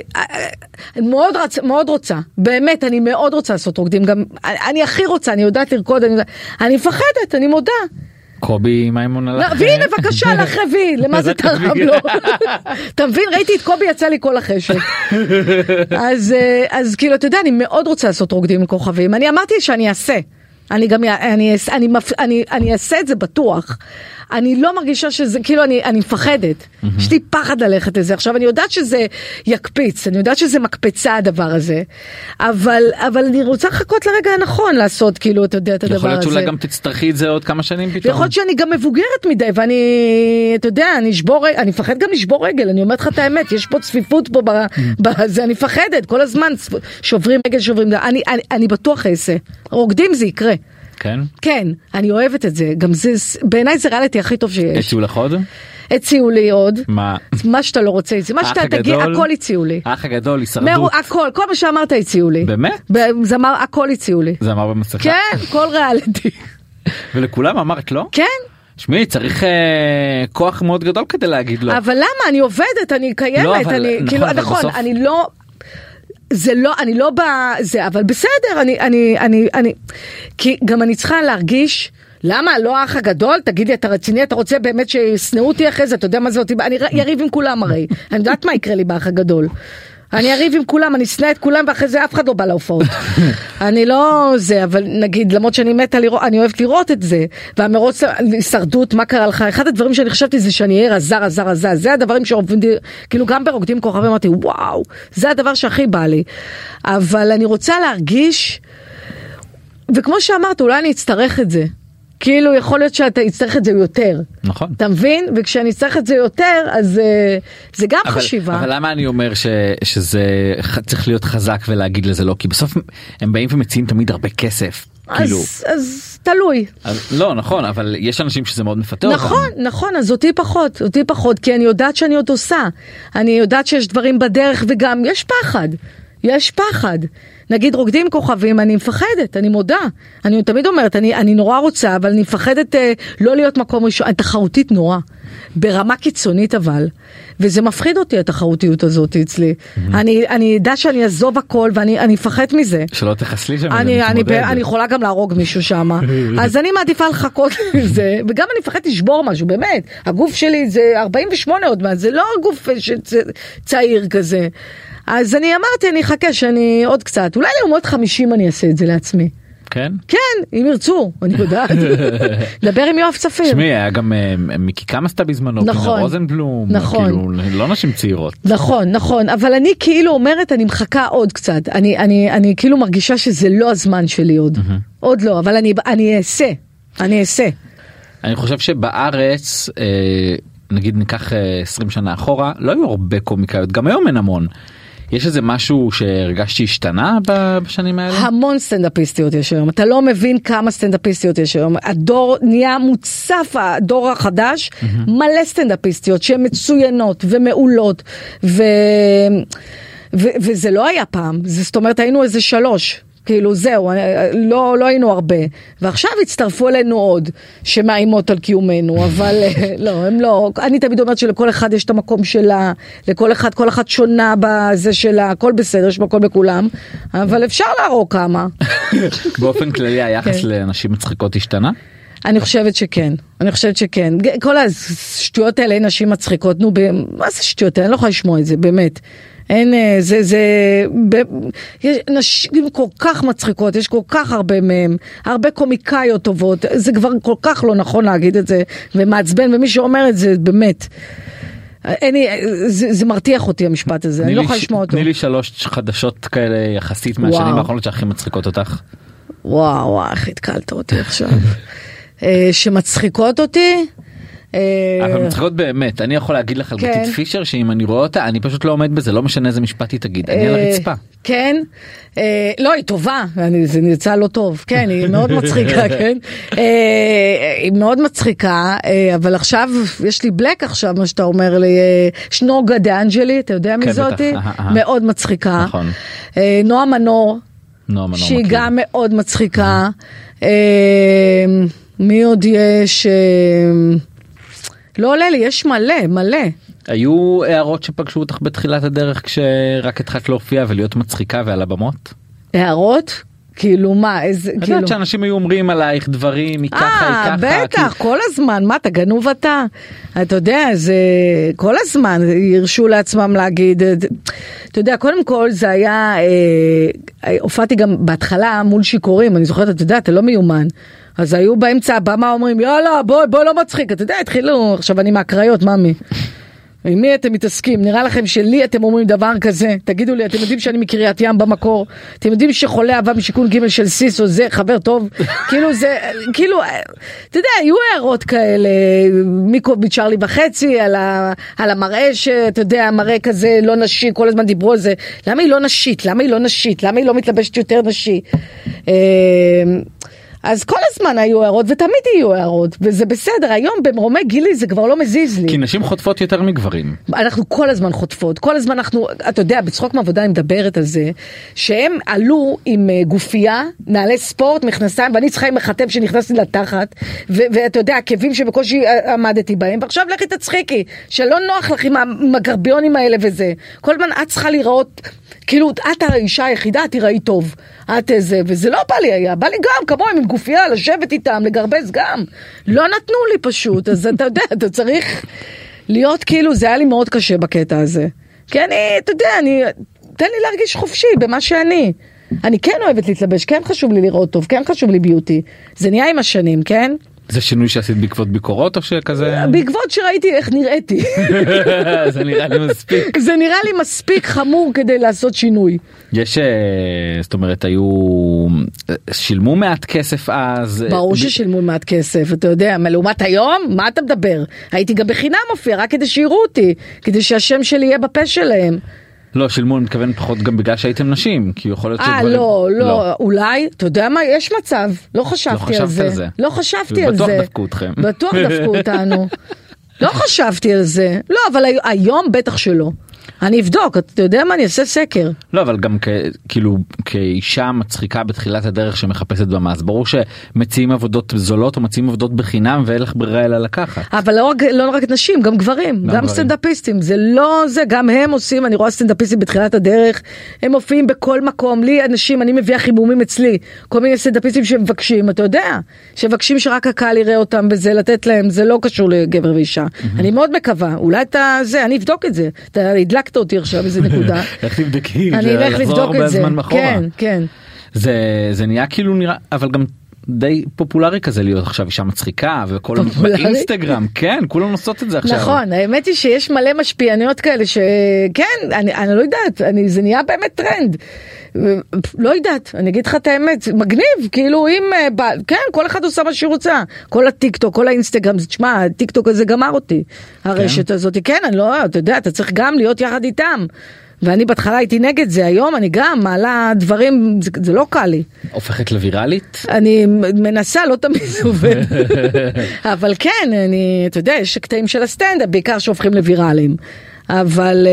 מאוד רוצה, באמת, אני מאוד רוצה לעשות רוקדים, גם אני הכי רוצה, אני יודעת לרקוד, אני מפחדת, אני מודה. קובי מימון הלך. והנה בבקשה לך רבי, למה זה תרם לו? אתה מבין, ראיתי את קובי יצא לי כל החשק. אז כאילו, אתה יודע, אני מאוד רוצה לעשות רוקדים עם כוכבים. אני אמרתי שאני אעשה. אני אעשה את זה בטוח. אני לא מרגישה שזה, כאילו אני מפחדת. יש לי פחד ללכת לזה. עכשיו אני יודעת שזה יקפיץ, אני יודעת שזה מקפצה הדבר הזה. אבל אני רוצה לחכות לרגע הנכון לעשות, כאילו, אתה יודע, את הדבר הזה. יכול להיות שאולי גם תצטרכי את זה עוד כמה שנים פתאום. יכול להיות שאני גם מבוגרת מדי, ואני, אתה יודע, אני מפחד גם לשבור רגל, אני אומרת לך את האמת, יש פה צפיפות פה בזה, אני מפחדת, כל הזמן שוברים רגל, אני בטוח אעשה. רוקדים זה יקרה. כן? כן, אני אוהבת את זה, גם זה, בעיניי זה ריאליטי הכי טוב שיש. הציעו לך עוד? הציעו לי עוד. מה? מה שאתה לא רוצה, מה שאתה תגיד, הכל הציעו לי. האח הגדול, הישרדות. הכל, כל מה שאמרת הציעו לי. באמת? זמר, הכל הציעו לי. זמר במסכה? כן, כל ריאליטי. ולכולם אמרת לא? כן. שמי, צריך כוח מאוד גדול כדי להגיד לא. אבל למה? אני עובדת, אני קיימת, לא, אבל, נכון, אני לא... זה לא, אני לא בזה, אבל בסדר, כי גם אני צריכה להרגיש, למה? לא האח הגדול? תגידי, אתה רציני? אתה רוצה באמת שיסנאו אותי אחרי זה? אתה יודע מה זה אותי? אני יריב עם כולם הרי. אני יודעת מה יקרה לי באח הגדול. אני אריב עם כולם, אני אסנה את כולם, ואחרי זה אף אחד לא בא להופעות. אני לא זה, אבל נגיד, למרות שאני מתה לראות, אני אוהבת לראות את זה, והמרוץ להישרדות, מה קרה לך? אחד הדברים שאני חשבתי זה שאני אהיה רזה, זה הדברים שעובדים, כאילו גם ברוקדים כוכבים, אמרתי, וואו, זה הדבר שהכי בא לי. אבל אני רוצה להרגיש, וכמו שאמרת, אולי אני אצטרך את זה. כאילו יכול להיות שאתה יצטרך את זה יותר. נכון. אתה מבין? וכשאני אצטרך את זה יותר, אז זה גם חשיבה. אבל למה אני אומר שזה צריך להיות חזק ולהגיד לזה לא? כי בסוף הם באים ומציעים תמיד הרבה כסף. אז תלוי. לא, נכון, אבל יש אנשים שזה מאוד מפתה אותם. נכון, אז אותי פחות, כי אני יודעת שאני עוד עושה. אני יודעת שיש דברים בדרך וגם יש פחד. נגיד רוקדים כוכבים, אני מפחדת, אני מודה. אני תמיד אומרת, אני נורא רוצה, אבל אני מפחדת לא להיות מקום ראשון. אני תחרותית נורא, ברמה קיצונית אבל. וזה מפחיד אותי, התחרותיות הזאת אצלי. אני יודע שאני אעזוב הכל, ואני מפחד מזה. שלא תחסלי שם, אני יכולה גם להרוג מישהו שם. אז אני מעדיפה לחכות לזה, וגם אני מפחד לשבור משהו, באמת. הגוף שלי זה 48 עוד מעט, זה לא גוף צעיר כזה. אז אני אמרתי, אני אחכה שאני עוד קצת, אולי לעומת 50 אני אעשה את זה לעצמי. כן? כן, אם ירצו, אני יודעת. דבר עם יואב צפיר. שמי, היה גם מיקי קם עשתה בזמנו, פינה רוזנבלום, כאילו, לא נשים צעירות. נכון, אבל אני כאילו אומרת, אני מחכה עוד קצת, אני כאילו מרגישה שזה לא הזמן שלי עוד לא, אבל אני אעשה. אני חושב שבארץ, נגיד ניקח 20 שנה אחורה, לא היו הרבה קומיקאיות, גם היום אין המון. יש איזה משהו שהרגשתי השתנה בשנים האלה? המון סטנדאפיסטיות יש היום. אתה לא מבין כמה סטנדאפיסטיות יש היום. הדור נהיה מוצף, הדור החדש, מלא סטנדאפיסטיות שהן מצוינות ומעולות. וזה לא היה פעם. זאת אומרת, היינו איזה 3. כאילו זהו, לא היינו הרבה. ועכשיו הצטרפו אלינו עוד שמאיימות על קיומנו, אבל לא, הם לא. אני תמיד אומרת שלכל אחד יש את המקום שלה, לכל אחד, כל אחת שונה בזה שלה, הכל בסדר, יש מקום לכולם, אבל אפשר להרוג כמה. באופן כללי היחס לנשים מצחיקות השתנה? אני חושבת שכן. כל השטויות האלה, נשים מצחיקות, נו, מה זה שטויות? אני לא יכולה לשמוע את זה, באמת. אין, יש נשים כל כך מצחיקות, יש כל כך הרבה מהם, הרבה קומיקאיות טובות, זה כבר כל כך לא נכון להגיד את זה, ומעצבן, ומי שאומר את זה, באמת, זה מרתיח אותי המשפט הזה, אני לא יכולה לשמוע אותו. תני לי 3 חדשות כאלה יחסית מהשנים האחרונות שהכי מצחיקות אותך. וואו, איך התקלת אותי עכשיו. שמצחיקות אותי, אבל מצחיקות באמת. אני יכול להגיד לך על גתית פישר שאם אני רואה אותה אני פשוט לא עומד בזה, לא משנה איזה משפט היא תגיד, אני על הרצפה. כן, לא, היא טובה, זה נרצה לא טוב, כן, היא מאוד מצחיקה, כן, היא מאוד מצחיקה, אבל עכשיו יש לי בלק עכשיו, מה שאתה אומר לי, שנוגה דה-אנג'לי, אתה יודע מי זאתי? מאוד מצחיקה. נועה מנור, שהיא גם מאוד מצחיקה. מי עוד יש? לא עולה לי, יש מלא. היו הערות שפגשו אותך בתחילת הדרך כשרק התחלת להופיע ולהיות מצחיקה ועל הבמות? הערות? כאילו מה, איזה, כאילו... יודעת שאנשים היו אומרים עלייך דברים, היא ככה. בטח, כל הזמן, מה, אתה גנוב אתה? אתה יודע, זה כל הזמן, ירשו לעצמם להגיד, אתה יודע, קודם כל זה היה, הופעתי גם בהתחלה מול שיקורים, אני זוכרת, אתה יודע, אתה לא מיומן. אז היו באמצע הבמה אומרים, יאללה, בוא לא מצחיק, אתה יודע, התחילו, עכשיו אני מהקריות, ממי. עם מי אתם מתעסקים? נראה לכם שלי אתם אומרים דבר כזה? תגידו לי, אתם יודעים שאני מקריית ים במקור? אתם יודעים שחולה אהבה משיקון ג' של סיס או זה חבר טוב? כאילו זה, כאילו, אתה יודע, היו הערות כאלה, מיקו בצ'רלי וחצי, על המראה שאתה יודע, המראה כזה לא נשי, כל הזמן דיברו על זה. למה היא לא נשית? למה היא לא מתלבשת יותר נשי? אז כל הזמן היו הערות, ותמיד יהיו הערות, וזה בסדר, היום במרומי גילי זה כבר לא מזיז לי. כי נשים חוטפות יותר מגברים. אנחנו כל הזמן חוטפות, כל הזמן אנחנו, אתה יודע, בצחוק מעבודה אני מדברת על זה, שהם עלו עם גופייה, נעלי ספורט, מכנסיים, ואני צריכה עם מחטב שנכנסתי לתחת, ואתה יודע, עקבים שבקושי עמדתי בהם, ועכשיו לכי תצחיקי, שלא נוח לך עם הגרביונים האלה וזה. כל הזמן את צריכה לראות, כאילו, את האישה היחידה, תראי טוב. את זה, וזה לא בא לי היה, בא לי גם כמוהם עם גופייה, לשבת איתם, לגרבז גם. לא נתנו לי פשוט, אז אתה יודע, אתה צריך להיות כאילו, זה היה לי מאוד קשה בקטע הזה. כי אני, אתה יודע, תן לי להרגיש חופשי במה שאני. אני כן אוהבת להתלבש, כן חשוב לי לראות טוב, כן חשוב לי ביוטי. זה נהיה עם השנים, כן? זה שינוי שעשית בעקבות ביקורות או שכזה? בעקבות שראיתי איך נראיתי. זה נראה לי מספיק. זה נראה לי מספיק חמור כדי לעשות שינוי. יש, זאת אומרת, שילמו מעט כסף אז. ברור ששילמו מעט כסף, אתה יודע, לעומת היום, מה אתה מדבר? הייתי גם בחינם מופיע, רק כדי שיראו אותי, כדי שהשם שלי יהיה בפה שלהם. לא, שילמו, אני מתכוון פחות גם בגלל שהייתם נשים, כי יכול להיות שדברים... לא, אולי, אתה יודע מה, יש מצב, לא חשבתי על זה. לא חשבתי על זה. בטוח דפקו אתכם. בטוח דפקו אותנו. לא חשבתי על זה. לא, אבל היום בטח שלא. אני אבדוק, אתה יודע מה, אני אעשה סקר. לא, אבל גם כאילו כאישה מצחיקה בתחילת הדרך שמחפשת במה, אז ברור שמציעים עבודות זולות או מציעים עבודות בחינם ואין לך ברירה אלא לקחת. אבל לא רק נשים, גם גברים, גם סטנדאפיסטים, זה לא זה, גם הם עושים, אני רואה סטנדאפיסטים בתחילת הדרך, הם מופיעים בכל מקום, לי אנשים, אני מביאה חימומים אצלי, כל מיני סטנדאפיסטים שמבקשים, אתה יודע, שמבקשים שרק הקהל יראה אותם וזה, לתת להם, זה לא קשור לגבר ואישה. אני מאוד מקווה, אולי אני אבדוק את זה, אתה הדלקת אותי עכשיו איזה נקודה. איך תבדקי? אני אלך לבדוק את זה. כן, כן. זה נהיה כאילו נראה, אבל גם די פופולרי כזה להיות עכשיו אישה מצחיקה, וכל באינסטגרם, כן, כולם עושות את זה עכשיו. נכון, האמת היא שיש מלא משפיעניות כאלה שכן, אני לא יודעת, זה נהיה באמת טרנד. לא יודעת, אני אגיד לך את האמת, מגניב, כאילו אם, כן, כל אחד עושה מה שהיא רוצה, כל הטיקטוק, כל האינסטגרם, תשמע, הטיקטוק הזה גמר אותי, הרשת הזאת, כן, אני לא, אתה יודע, אתה צריך גם להיות יחד איתם, ואני בהתחלה הייתי נגד זה, היום אני גם מעלה דברים, זה לא קל לי. הופכת לווירלית? אני מנסה, לא תמיד זה עובד. אבל כן, אתה יודע, יש קטעים של הסטנדאפ, בעיקר שהופכים לווירליים. אבל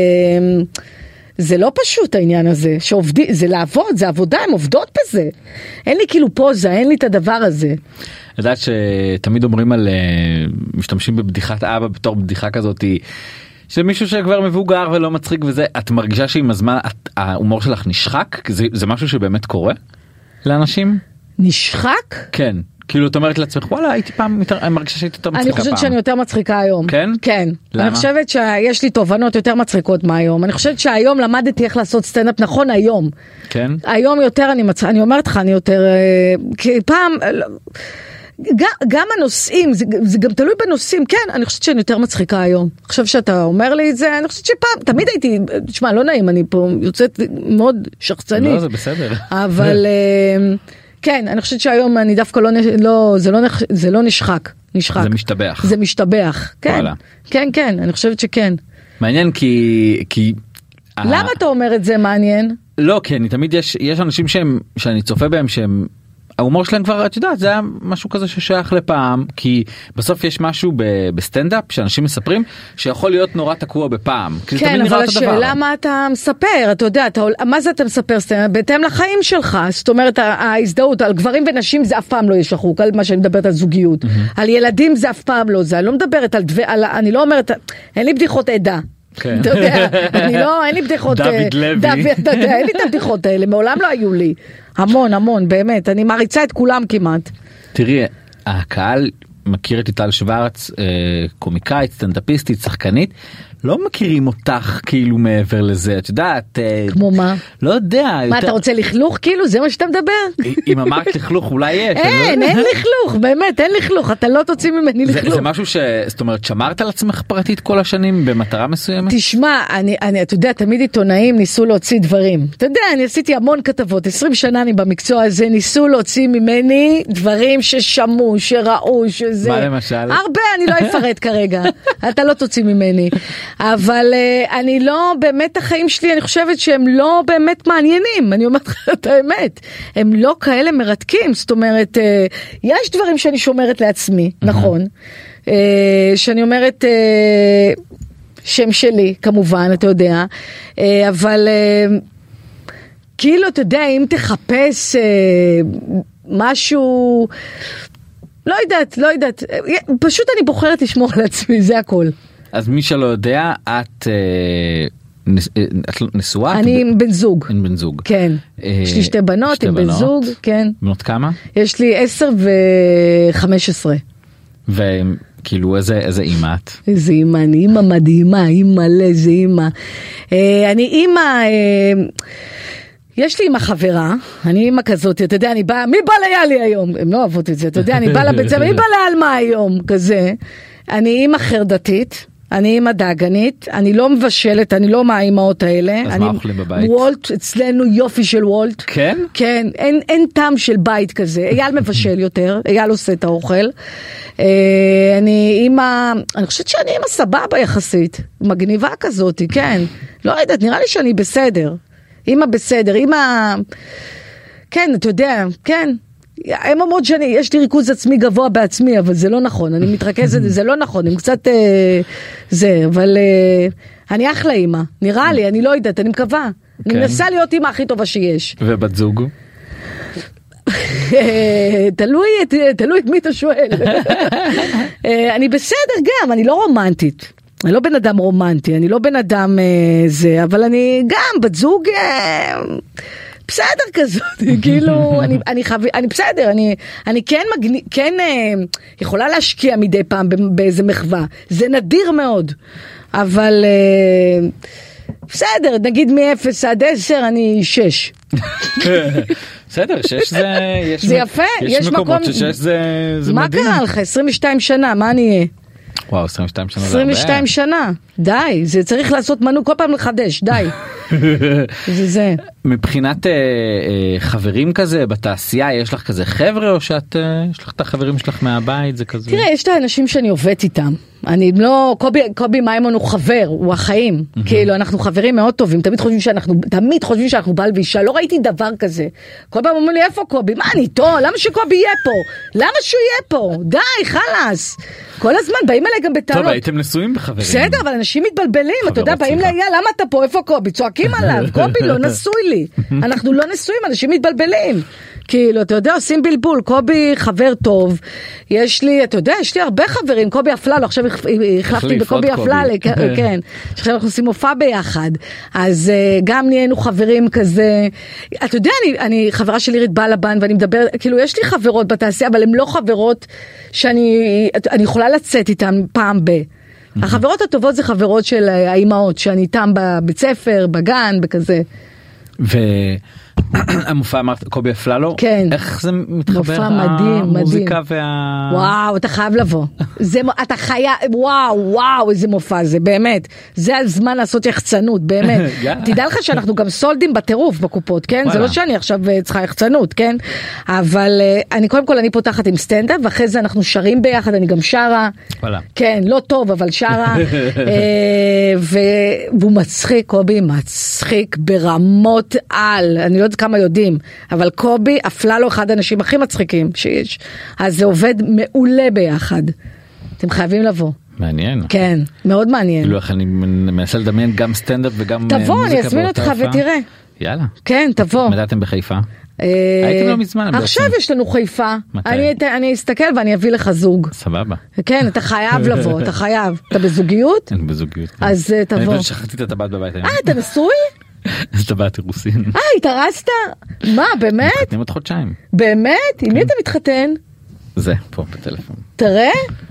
זה לא פשוט העניין הזה, זה לעבוד, זה עבודה, הן עובדות בזה. אין לי כאילו פוזה, אין לי את הדבר הזה. יודעת שתמיד אומרים על, משתמשים בבדיחת אבא בתור בדיחה כזאת, שמישהו שכבר מבוגר ולא מצחיק וזה, את מרגישה שעם הזמן ההומור שלך נשחק? זה משהו שבאמת קורה לאנשים? נשחק? כן. כאילו את אומרת לעצמך, וואלה, הייתי פעם, אני מרגישה שהייתי יותר מצחיקה פעם. אני חושבת שאני יותר מצחיקה היום. כן? כן. למה? אני חושבת שיש לי תובנות יותר מצחיקות מהיום. אני חושבת שהיום למדתי איך לעשות סטנדאפ נכון היום. כן? היום יותר אני אומרת לך, אני יותר, כי פעם... גם הנושאים, זה גם תלוי בנושאים, כן, אני חושבת שאני יותר מצחיקה היום. עכשיו שאתה אומר לי את זה, אני חושבת שפעם, תמיד הייתי, תשמע, לא נעים, אני פה יוצאת מאוד שחצנית. לא, זה בסדר. אבל, כן, אני חושבת שהיום אני דווקא זה לא נשחק. זה משתבח. זה משתבח, כן. כן, כן, אני חושבת שכן. מעניין כי... למה אתה אומר את זה מעניין? לא, כי אני תמיד יש אנשים שאני צופה בהם שהם, ההומור שלהם כבר, את יודעת, זה היה משהו כזה ששייך לפעם, כי בסוף יש משהו בסטנדאפ שאנשים מספרים שיכול להיות נורא תקוע בפעם. כן, אבל השאלה מה אתה מספר, אתה יודע, מה זה אתה מספר סטנדאפ? בהתאם לחיים שלך, זאת אומרת, ההזדהות על גברים ונשים זה אף פעם לא יש שחוק, על מה שאני מדברת על זוגיות. על ילדים זה אף פעם לא, זה, אני לא מדברת אני לא אומרת, אין לי בדיחות עדה. אתה יודע, אין לי בדיחות, דוד לוי, אין לי את הבדיחות האלה, מעולם לא היו לי, המון, באמת, אני מעריצה את כולם כמעט. תראי, הקהל מכיר את ליטל שוורץ, קומיקאית, סטנדאפיסטית, שחקנית, לא מכירים אותך כאילו מעבר לזה, את יודעת. כמו מה? לא יודע. מה, אתה רוצה לכלוך כאילו? זה מה שאתה מדבר? אם אמרת לכלוך, אולי יש. אין לכלוך, באמת, אין לכלוך, אתה לא תוציא ממני לכלוך. זה משהו זאת אומרת, שמרת על עצמך פרטית כל השנים במטרה מסוימת? תשמע, אתה יודע, תמיד עיתונאים ניסו להוציא דברים. אתה יודע, אני עשיתי המון כתבות, 20 שנה אני במקצוע הזה, ניסו להוציא ממני דברים ששמעו, שראו, שזה... מה למשל? הרבה, אני לא אפרט כרגע. אתה לא תוציא ממני. אבל אני לא, באמת החיים שלי, אני חושבת שהם לא באמת מעניינים, אני אומרת לך את האמת, הם לא כאלה מרתקים, זאת אומרת, יש דברים שאני שומרת לעצמי, נכון, שאני אומרת, שם שלי, כמובן, אתה יודע, אבל כאילו, אתה יודע, אם תחפש משהו, לא יודעת, פשוט אני בוחרת לשמור לעצמי, זה הכל. אז מי שלא יודע, את את נשואה? אני עם בן זוג. עם בן זוג. כן. יש לי שתי בנות עם בן זוג, כן. בנות כמה? יש לי 10 ו-15. וכאילו איזה אימא את? איזה אימא, אני אימא מדהימה, אימא לאיזה אימא. אני אימא... יש לי אימא חברה, אני אימא כזאת, אתה יודע, אני באה, מי בא ליאלי היום? הם לא אוהבות את זה, אתה יודע, אני באה לבית ספר, מי בא לאלמה היום? כזה. אני אימא חרדתית, אני אימא דאגנית, אני לא מבשלת, אני לא מהאימהות האלה. אז מה אוכלים בבית? וולט, אצלנו יופי של וולט. כן? כן, אין טעם של בית כזה. אייל מבשל יותר, אייל עושה את האוכל. אני אימא, אני חושבת שאני אימא סבבה יחסית, מגניבה כזאת, כן. לא יודעת, נראה לי שאני בסדר. אימא בסדר, אימא... כן, אתה יודע, כן. הם אומרות שיש לי ריכוז עצמי גבוה בעצמי, אבל זה לא נכון, אני מתרכזת, זה לא נכון, הם קצת זה, אבל אני אחלה אימא, נראה לי, אני לא יודעת, אני מקווה. אני מנסה להיות אימא הכי טובה שיש. ובת זוג? תלוי את מי אתה שואל. אני בסדר גם, אני לא רומנטית. אני לא בן אדם רומנטי, אני לא בן אדם זה, אבל אני גם בת זוג בסדר כזאת, כאילו, אני בסדר, אני כן יכולה להשקיע מדי פעם באיזה מחווה, זה נדיר מאוד, אבל בסדר, נגיד מ-0 עד 10 אני 6. בסדר, 6 זה יפה, יש מקום, זה מה מדהים. קרה לך? 22 שנה, מה אני אהיה? וואו, 22 שנה זה הרבה. 22 שנה, די, זה צריך לעשות מנו כל פעם לחדש, די. זה. מבחינת חברים כזה בתעשייה, יש לך כזה חבר'ה או שאת, יש לך את החברים שלך מהבית, זה כזה? תראה, יש את האנשים שאני עובדת איתם. אני לא, קובי מימון הוא חבר, הוא החיים. כאילו, אנחנו חברים מאוד טובים, תמיד חושבים שאנחנו בעל ואישה, לא ראיתי דבר כזה. כל פעם אומרים לי, איפה קובי? מה אני איתו? למה שקובי יהיה פה? למה שהוא יהיה פה? די, חלאס. כל הזמן באים אליי גם בטענות. טוב, הייתם נשואים בחברים. בסדר, אבל אנשים מתבלבלים, אתה יודע, באים לי, למה אתה פה? איפה קובי? צועקים עליו, קובי לא נשוי לי. אנחנו לא נשואים, אנשים מתבלבלים. כאילו, אתה יודע, עושים בלבול, קובי חבר טוב, יש לי, אתה יודע, יש לי הרבה חברים, קובי אפללו, עכשיו החלפתי בקובי אפללו, כן, עכשיו אנחנו עושים מופע ביחד, אז גם נהיינו חברים כזה, אתה יודע, אני חברה של עירית בלבן, ואני מדבר, כאילו, יש לי חברות בתעשייה, אבל הן לא חברות שאני יכולה לצאת איתן פעם ב... החברות הטובות זה חברות של האימהות, שאני איתן בבית ספר, בגן, בכזה. המופע אמרת קובי אפללו, כן. איך זה מתחבר? מופע מדהים, המוזיקה וואו, אתה חייב לבוא. אתה חייב, וואו, איזה מופע זה, באמת. זה הזמן לעשות יחצנות, באמת. תדע לך שאנחנו גם סולדים בטירוף בקופות, כן? זה לא שאני עכשיו צריכה יחצנות, כן? אבל קודם כל אני פותחת עם סטנדאפ, ואחרי זה אנחנו שרים ביחד, אני גם שרה. כן, לא טוב, אבל שרה. והוא מצחיק, קובי מצחיק ברמות על, אני לא יודעת כמה יודעים, אבל קובי אפללו אחד האנשים הכי מצחיקים שיש, אז זה עובד מעולה ביחד. אתם חייבים לבוא. מעניין. כן, מאוד מעניין. כאילו איך אני מנסה לדמיין גם סטנדאפ וגם מוזיקה. תבוא, אני אזמין אותך ותראה. יאללה. כן, תבוא. מדעתם בחיפה? הייתם לא מזמן. עכשיו יש לנו חיפה. אני אסתכל ואני אביא לך זוג. סבבה. כן, אתה חייב לבוא, אתה חייב. אתה בזוגיות? אני בזוגיות. אז תבוא. אני שכחתי את הטבעת בבית היום. אתה נשוי? אז טבעת אירוסין. התארסת? מה, באמת? מתחתנים עוד חודשיים. באמת? עם מי אתה מתחתן? זה, פה בטלפון. תראה?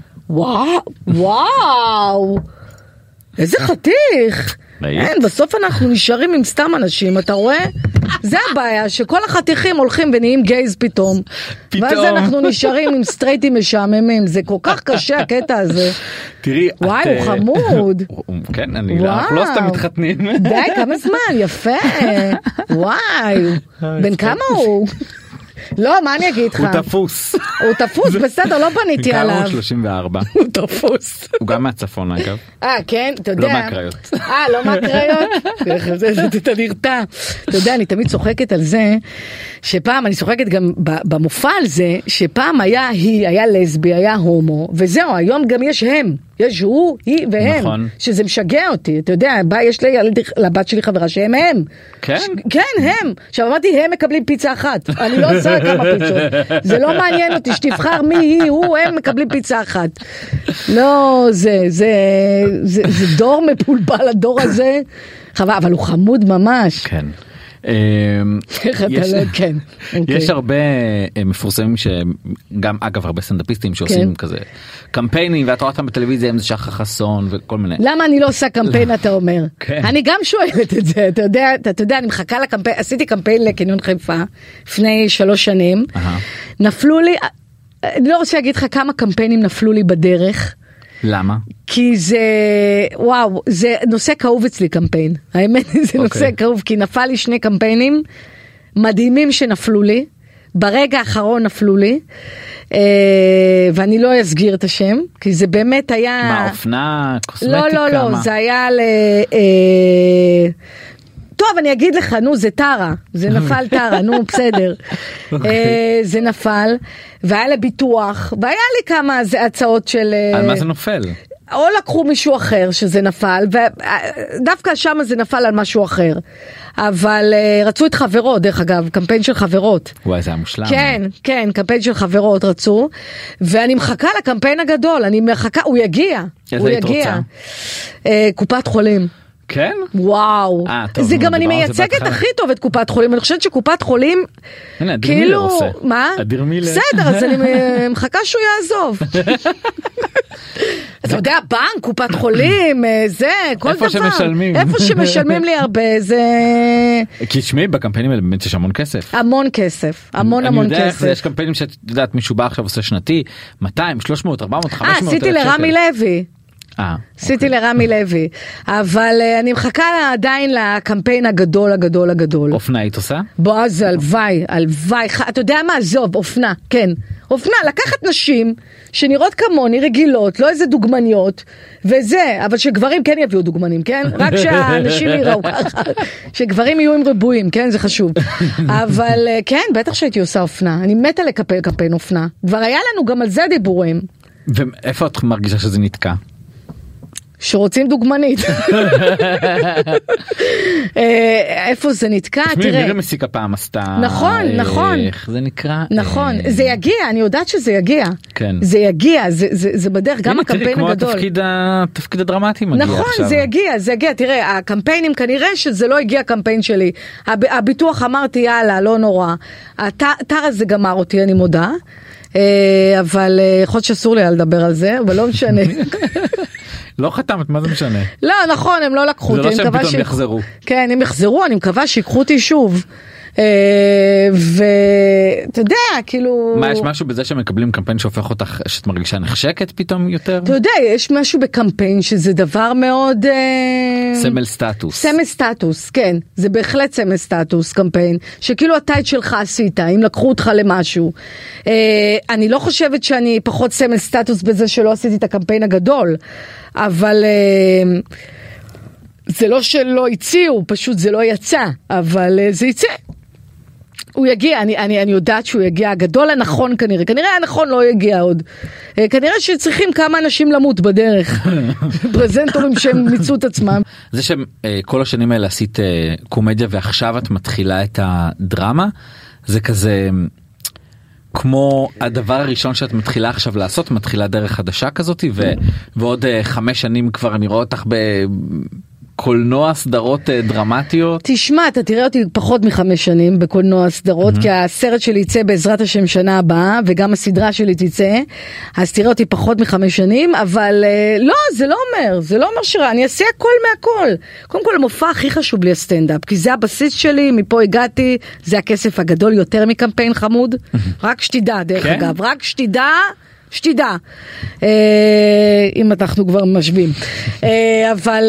וואו. איזה חתיך. אין, בסוף אנחנו נשארים עם סתם אנשים, אתה רואה? זה הבעיה, שכל החתיכים הולכים ונהיים גייז פתאום. ואז אנחנו נשארים עם סטרייטים משעממים, זה כל כך קשה הקטע הזה. תראי, וואי, הוא חמוד. כן, אנחנו לא סתם מתחתנים. די, כמה זמן, יפה. וואי, בן כמה הוא? לא, מה אני אגיד לך? הוא תפוס. הוא תפוס, בסדר, לא בניתי עליו. הוא 34. הוא תפוס. הוא גם מהצפון אגב. כן, אתה יודע. לא מהקריות. לא מהקריות? אתה נרתע. אתה יודע, אני תמיד צוחקת על זה, שפעם, אני צוחקת גם במופע על זה, שפעם היה לסבי, היה הומו, וזהו, היום גם יש הם. יש הוא, היא והם. נכון. שזה משגע אותי. אתה יודע, יש לי לבת שלי חברה שהם הם. כן? כן, הם. עכשיו אמרתי, הם מקבלים פיצה אחת. אני לא עושה כמה פיצות. זה לא מעניין אותי, שתבחר מי היא, הוא, הם מקבלים פיצה אחת. לא, זה דור מפולבל, הדור הזה. חבל, אבל הוא חמוד ממש. כן. כן. יש הרבה מפורסמים שגם אגב הרבה סטנדאפיסטים שעושים כזה קמפיינים ואת רואה אותם בטלוויזיה עם זה שחר חסון וכל מיני. למה אני לא עושה קמפיין אתה אומר? אני גם שואלת את זה, אתה יודע אני מחכה לקמפיין, עשיתי קמפיין לקניון חיפה לפני 3 שנים, נפלו לי, אני לא רוצה להגיד לך כמה קמפיינים נפלו לי בדרך. למה? כי זה, וואו, זה נושא כאוב אצלי קמפיין. האמת, זה נושא כאוב, כי נפל לי 2 קמפיינים מדהימים שנפלו לי. ברגע האחרון נפלו לי. ואני לא אסגיר את השם, כי זה באמת היה... מה, אופנה, קוסמטיקה? לא, זה היה טוב, אני אגיד לך, נו, זה טרה, זה נפל טרה, נו, בסדר. זה נפל, והיה לביטוח, והיה לי כמה הצעות של... על מה זה נופל? או לקחו מישהו אחר שזה נפל, ודווקא שם זה נפל על משהו אחר. אבל רצו את חברות, דרך אגב, קמפיין של חברות. וואי, זה היה מושלם. כן, קמפיין של חברות רצו, ואני מחכה לקמפיין הגדול, אני מחכה, הוא יגיע. איזה היית רוצה? קופת חולים. כן? וואו. זה גם אני מייצגת הכי טוב את קופת חולים, אני חושבת שקופת חולים, הנה, אדיר מילר עושה. מה? אדיר מילר. בסדר, אז אני מחכה שהוא יעזוב. אתה יודע, בנק, קופת חולים, זה, כל דבר. איפה שמשלמים. איפה שמשלמים לי הרבה, זה... כי תשמעי, בקמפיינים האלה באמת יש המון כסף. המון כסף, המון כסף. אני יודע איך זה, יש קמפיינים שאת יודעת, מישהו בא עכשיו עושה שנתי, 200, 300, 400, 500 אלף שקל. עשיתי לרמי לוי. עשיתי לרמי לוי, אבל אני מחכה עדיין לקמפיין הגדול. אופנה היית עושה? בועז, הלוואי, אתה יודע מה? זוב, אופנה, כן. אופנה, לקחת נשים שנראות כמוני, רגילות, לא איזה דוגמניות, וזה, אבל שגברים כן יביאו דוגמנים, כן? רק שהנשים יראו ככה, שגברים יהיו עם ריבועים, כן? זה חשוב. אבל כן, בטח שהייתי עושה אופנה, אני מתה לקפל קמפיין אופנה. כבר היה לנו גם על זה דיבורים. ואיפה את מרגישה שזה נתקע? שרוצים דוגמנית. איפה זה נתקע? תראה. מירי מסיקה פעם עשתה. נכון. איך זה נקרא? נכון, זה יגיע, אני יודעת שזה יגיע. כן. זה יגיע, זה בדרך, גם הקמפיין הגדול. תראי, כמו התפקיד הדרמטי מגיע עכשיו. נכון, זה יגיע. תראה, הקמפיינים כנראה שזה לא הגיע הקמפיין שלי. הביטוח אמרתי, יאללה, לא נורא. האתר הזה גמר אותי, אני מודה. אבל יכול להיות שאסור לי לדבר על זה, אבל לא משנה. לא חתמת, מה זה משנה? לא, נכון, הם לא לקחו אותי. זה לא שהם פתאום יחזרו. כן, הם יחזרו, אני מקווה שיקחו אותי שוב. ואתה יודע, כאילו... מה, יש משהו בזה שמקבלים קמפיין שהופך אותך, שאת מרגישה נחשקת פתאום יותר? אתה יודע, יש משהו בקמפיין שזה דבר מאוד... סמל סטטוס. סמל סטטוס, כן. זה בהחלט סמל סטטוס, קמפיין. שכאילו אתה את שלך עשית, אם לקחו אותך למשהו. אני לא חושבת שאני פחות סמל סטטוס בזה שלא עשיתי את הקמפיין הגדול. אבל... זה לא שלא הציעו, פשוט זה לא יצא, אבל זה יצא. הוא יגיע, אני יודעת שהוא יגיע, הגדול הנכון כנראה הנכון לא יגיע עוד. כנראה שצריכים כמה אנשים למות בדרך. פרזנטורים שהם מיצו את עצמם. זה שכל השנים האלה עשית קומדיה ועכשיו את מתחילה את הדרמה, זה כזה... כמו הדבר הראשון שאת מתחילה עכשיו לעשות, מתחילה דרך חדשה כזאת, ועוד 5 שנים כבר אני רואה אותך בקולנוע סדרות דרמטיות. תשמע, אתה תראה אותי פחות מ5 שנים בקולנוע סדרות, כי הסרט שלי יצא בעזרת השם שנה הבאה, וגם הסדרה שלי תצא, אז תראה אותי פחות מ5 שנים, אבל לא, זה לא אומר שרע, אני אעשה הכל מהכל. קודם כל, המופע הכי חשוב לי הסטנדאפ, כי זה הבסיס שלי, מפה הגעתי, זה הכסף הגדול יותר מקמפיין חמוד, רק שתדע, דרך אגב, רק שתדע, אם אנחנו כבר משווים. אבל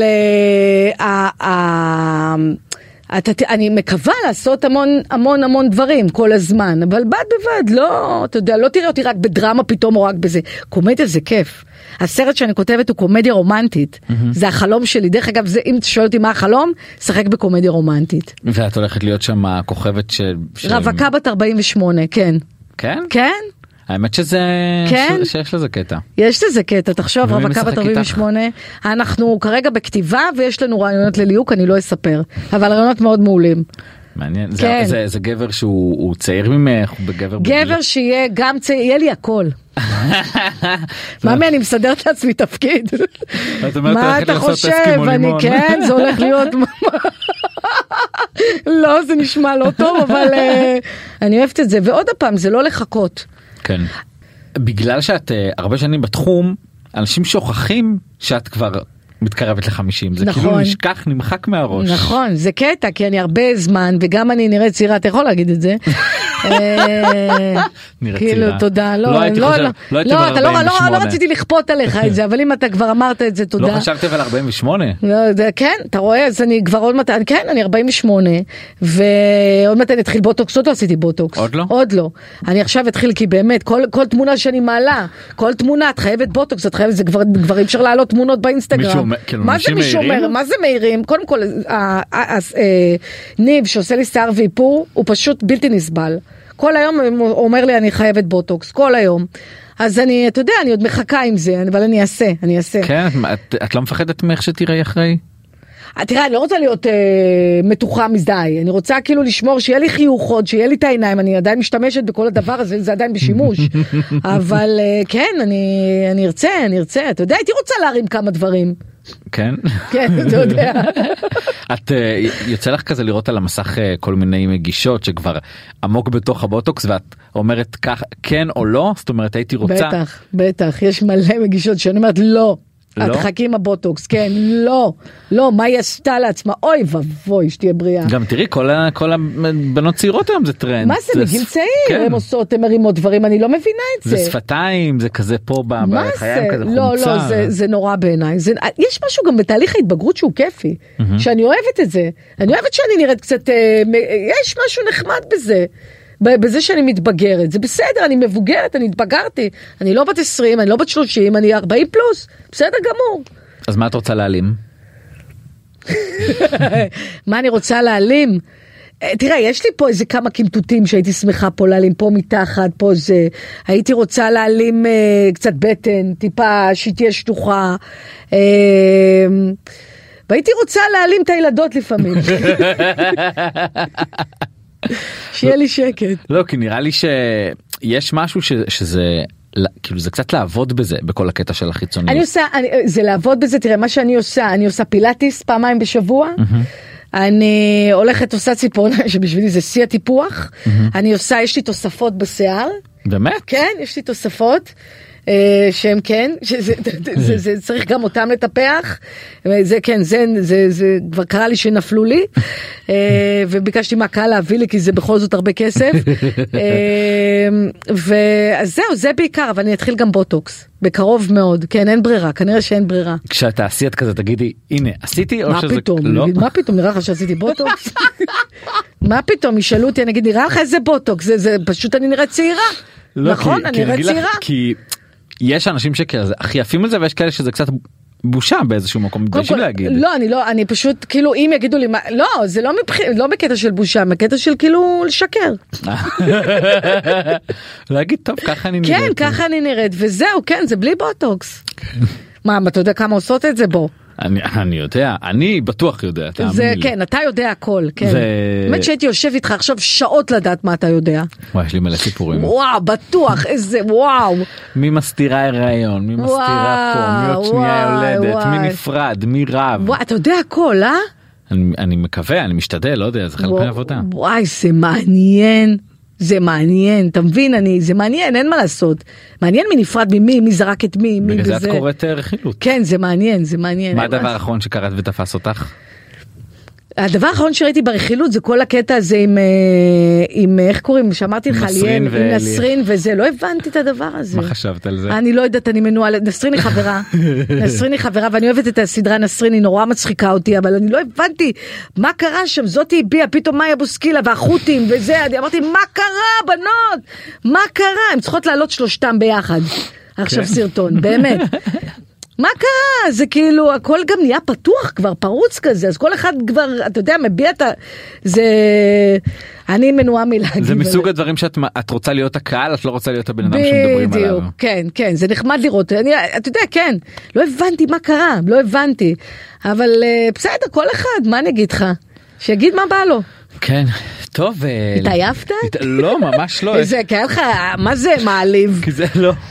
אני מקווה לעשות המון דברים כל הזמן, אבל בד בבד, לא, אתה יודע, לא תראה אותי רק בדרמה פתאום או רק בזה. קומדיה זה כיף. הסרט שאני כותבת הוא קומדיה רומנטית. זה החלום שלי. דרך אגב, אם אתה שואל אותי מה החלום, שחק בקומדיה רומנטית. ואת הולכת להיות שם הכוכבת רווקה בת 48, כן. כן? כן. האמת שזה... כן? שיש לזה קטע. יש לזה קטע, תחשוב, רווקה בת 48. אנחנו כרגע בכתיבה ויש לנו רעיונות לליהוק, אני לא אספר. אבל רעיונות מאוד מעולים. מעניין. זה גבר שהוא צעיר ממך, הוא בגבר בגיל. גבר שיהיה גם צעיר, יהיה לי הכל. מאמי, אני מסדרת לעצמי תפקיד. מה אתה חושב? אני כן, זה הולך להיות... לא, זה נשמע לא טוב, אבל אני אוהבת את זה. ועוד הפעם, זה לא לחכות. כן. בגלל שאת הרבה שנים בתחום, אנשים שוכחים שאת כבר מתקרבת ל-50. זה כאילו נשכח, נמחק מהראש. נכון, זה קטע, כי אני הרבה זמן, וגם אני נראית צעירה, אתה יכול להגיד את זה. נראית כאילו, צעירה. תודה. לא הייתי חושב, לא הייתי ב-48. לא רציתי לכפות עליך את זה, אבל אם אתה כבר אמרת את זה, תודה. לא חשבתי על 48? כן, אתה רואה, אז אני כבר עוד מעט, כן, אני 48, ועוד מעט אני אתחיל בוטוקס, עוד לא עשיתי בוטוקס. עוד לא? עוד לא. אני עכשיו אתחיל, כי באמת, כל תמונה שאני מעלה, כל תמונה, את חייבת בוטוקס, את חייבת, זה כבר אי אפשר לעלות תמונות באינסטגרם. מה זה מישהו אומר? מה זה מהירים? קודם כל, ניב שעושה לי שיער ואיפור, הוא פשוט בלתי נסבל. כל היום הוא אומר לי, אני חייבת בוטוקס, כל היום. אז אני, אתה יודע, אני עוד מחכה עם זה, אבל אני אעשה. כן, את לא מפחדת מאיך שתראי אחרי? תראה, אני לא רוצה להיות מתוחה מזדי, אני רוצה כאילו לשמור שיהיה לי חיוכות, שיהיה לי את העיניים, אני עדיין משתמשת בכל הדבר הזה, זה עדיין בשימוש. אבל כן, אני ארצה, אתה יודע, הייתי רוצה להרים כמה דברים. כן? כן, אתה יודע. את יוצא לך כזה לראות על המסך כל מיני מגישות שכבר עמוק בתוך הבוטוקס ואת אומרת כך כן או לא? זאת אומרת הייתי רוצה? בטח, יש מלא מגישות שאני אומרת לא. את חכי עם הבוטוקס, כן, לא, מה היא עשתה לעצמה, אוי ובוי, שתהיה בריאה. גם תראי, כל הבנות צעירות היום זה טרנד. מה זה, בגיל צעיר, הם עושות, הם מרימות דברים, אני לא מבינה את זה. זה שפתיים, זה כזה פה בחיים, כזה חומצה. לא, זה נורא בעיניי. יש משהו גם בתהליך ההתבגרות שהוא כיפי, שאני אוהבת את זה. אני אוהבת שאני נראית קצת, יש משהו נחמד בזה. בזה שאני מתבגרת, זה בסדר, אני מבוגרת, אני התבגרתי, אני לא בת 20, אני לא בת 30, אני 40 פלוס, בסדר גמור. אז מה את רוצה להעלים? מה אני רוצה להעלים? תראה, יש לי פה איזה כמה קמטוטים שהייתי שמחה פה להעלים, פה מתחת, פה זה, הייתי רוצה להעלים קצת בטן, טיפה שהיא תהיה שטוחה, והייתי רוצה להעלים את הילדות לפעמים. שיהיה לי שקט. לא, כי נראה לי שיש משהו שזה, כאילו זה קצת לעבוד בזה, בכל הקטע של החיצוניות. אני עושה, זה לעבוד בזה, תראה, מה שאני עושה, אני עושה פילאטיס פעמיים בשבוע, אני הולכת עושה ציפורניים, שבשבילי זה שיא הטיפוח, אני עושה, יש לי תוספות בשיער. באמת? כן, יש לי תוספות. שהם כן, זה צריך גם אותם לטפח, זה כן, זה כבר קרה לי שנפלו לי, וביקשתי מהקהל להביא לי, כי זה בכל זאת הרבה כסף, אז זהו, זה בעיקר, אבל אני אתחיל גם בוטוקס, בקרוב מאוד, כן, אין ברירה, כנראה שאין ברירה. כשאת תעשי את כזה, תגידי, הנה, עשיתי, או שזה... מה פתאום, נראה לך שעשיתי בוטוקס? מה פתאום, ישאלו אותי, אני אגיד, נראה לך איזה בוטוקס, זה פשוט אני נראית צעירה, נכון, אני נראית צעירה. כי יש אנשים שכזה הכי יפים על זה, ויש כאלה שזה קצת בושה באיזשהו מקום, מתביישים להגיד. לא, אני פשוט, כאילו, אם יגידו לי, לא, זה לא בקטע של בושה, בקטע של כאילו לשקר. להגיד, טוב, ככה אני נראית. כן, ככה אני נראית, וזהו, כן, זה בלי בוטוקס. מה, אתה יודע כמה עושות את זה בו? אני יודע, אני בטוח יודע, זה, כן, אתה יודע הכל, כן. באמת שהייתי יושב איתך עכשיו שעות לדעת מה אתה יודע. וואי, יש לי מלא סיפורים. וואו, בטוח, איזה, וואו. מי מסתירה הריון, מי מסתירה פה, מי עוד שנייה יולדת, מי נפרד, מי רב. וואו, אתה יודע הכל, אה? אני מקווה, אני משתדל, לא יודע, זה חלק מהעבודה. וואי, זה מעניין. זה מעניין, אתה מבין, זה מעניין, אין מה לעשות. מעניין מי נפרד ממי, מי זרק את מי, מי בזה. בגלל זה את קוראת רכילות. כן, זה מעניין, זה מעניין. מה הדבר האחרון שקראת ותפס אותך? הדבר האחרון שראיתי ברכילות זה כל הקטע הזה עם איך קוראים, שאמרתי לך, עם נסרין וזה, לא הבנתי את הדבר הזה. מה חשבת על זה? אני לא יודעת, אני מנוהלת, נסרין היא חברה, ואני אוהבת את הסדרה נסרין, היא נורא מצחיקה אותי, אבל אני לא הבנתי מה קרה שם, זאת היא הביאה, פתאום מאיה בוסקילה והחותים וזה, אני אמרתי, מה קרה בנות? מה קרה? הם צריכות לעלות שלושתם ביחד. עכשיו סרטון, באמת. מה קרה? זה כאילו, הכל גם נהיה פתוח כבר, פרוץ כזה, אז כל אחד כבר, אתה יודע, מביע את ה... זה... אני מנועה מלהגיד. זה מסוג הדברים שאת רוצה להיות הקהל, את לא רוצה להיות הבן אדם שמדברים עליו. בדיוק, כן, כן, זה נחמד לראות. אתה יודע, כן, לא הבנתי מה קרה, לא הבנתי. אבל בסדר, כל אחד, מה אני אגיד לך? שיגיד מה בא לו. כן, טוב. התעייפת? לא, ממש לא. זה, כי היה לך, מה זה מעליב? כי זה לא.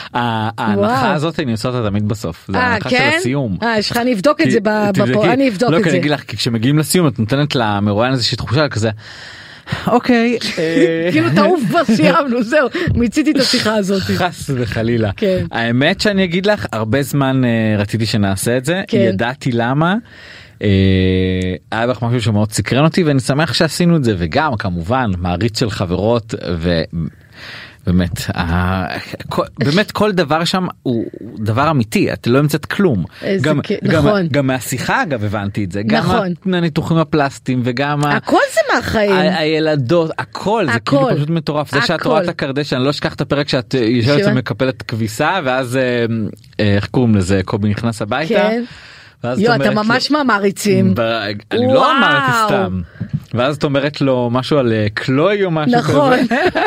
ההנחה הזאת אני עושה אותה תמיד בסוף, זה ההנחה של הסיום. יש לך, אני אבדוק את זה בפה, אני אבדוק את זה. לא, כי אני אגיד לך, כי כשמגיעים לסיום את נותנת למרואיין איזושהי תחושה כזה, אוקיי. כאילו תעוף כבר סיימנו, זהו, מיציתי את השיחה הזאת. חס וחלילה. האמת שאני אגיד לך, הרבה זמן רציתי שנעשה את זה, ידעתי למה. היה לך משהו שמאוד סקרן אותי ואני שמח שעשינו את זה, וגם כמובן מעריץ של חברות באמת כל דבר שם הוא דבר אמיתי, את לא המצאת כלום. גם מהשיחה אגב הבנתי את זה, גם הניתוחים הפלסטיים וגם הכל זה מהחיים, הילדות, הכל זה כאילו פשוט מטורף. זה שאת רואה את הקרדשן, אני לא אשכח את הפרק שאת יושבת ומקפלת כביסה ואז איך קוראים לזה, קובי נכנס הביתה. אתה ממש מעריצים. אני לא אמרתי סתם. ואז את אומרת לו משהו על קלוי או משהו כזה. נכון.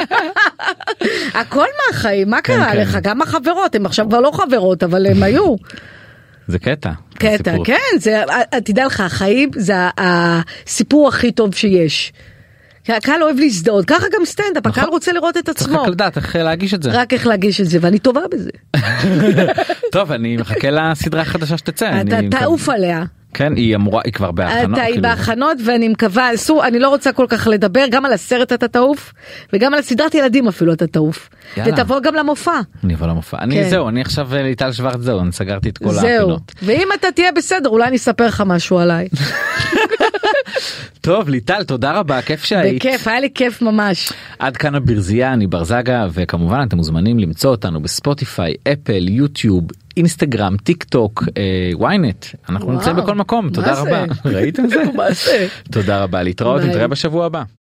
הכל מהחיים, מה קרה לך? גם החברות, הן עכשיו כבר לא חברות, אבל הן היו. זה קטע. קטע, כן. תדע לך, החיים זה הסיפור הכי טוב שיש. הקהל אוהב להזדהות, ככה גם סטנדאפ, הקהל רוצה לראות את עצמו. צריך רק לדעת איך להגיש את זה. רק איך להגיש את זה, ואני טובה בזה. טוב, אני מחכה לסדרה החדשה שתצא. אתה תעוף עליה. כן, היא כבר בהכנות. היא בהכנות ואני מקווה, אני לא רוצה כל כך לדבר, גם על הסרט אתה תעוף, וגם על הסדרת ילדים אפילו אתה תעוף. ותבוא גם למופע. אני אבוא למופע. זהו, אני עכשיו ליטל שוורץ, זהו, אני סגרתי את כל הפינות. זהו, ואם אתה תהיה בסדר, אולי אני אספר לך משהו עליי. טוב, ליטל, תודה רבה, כיף שהיית. בכיף, היה לי כיף ממש. עד כאן הברזייה, אני ברזגה, וכמובן אתם מוזמנים למצוא אותנו בספוטיפיי, אפל, יוטיוב, אינסטגרם, טיק טוק, וויינט. אנחנו נמצאים בכל מקום, תודה רבה. ראיתם זה? תודה רבה, להתראות, נתראה בשבוע הבא.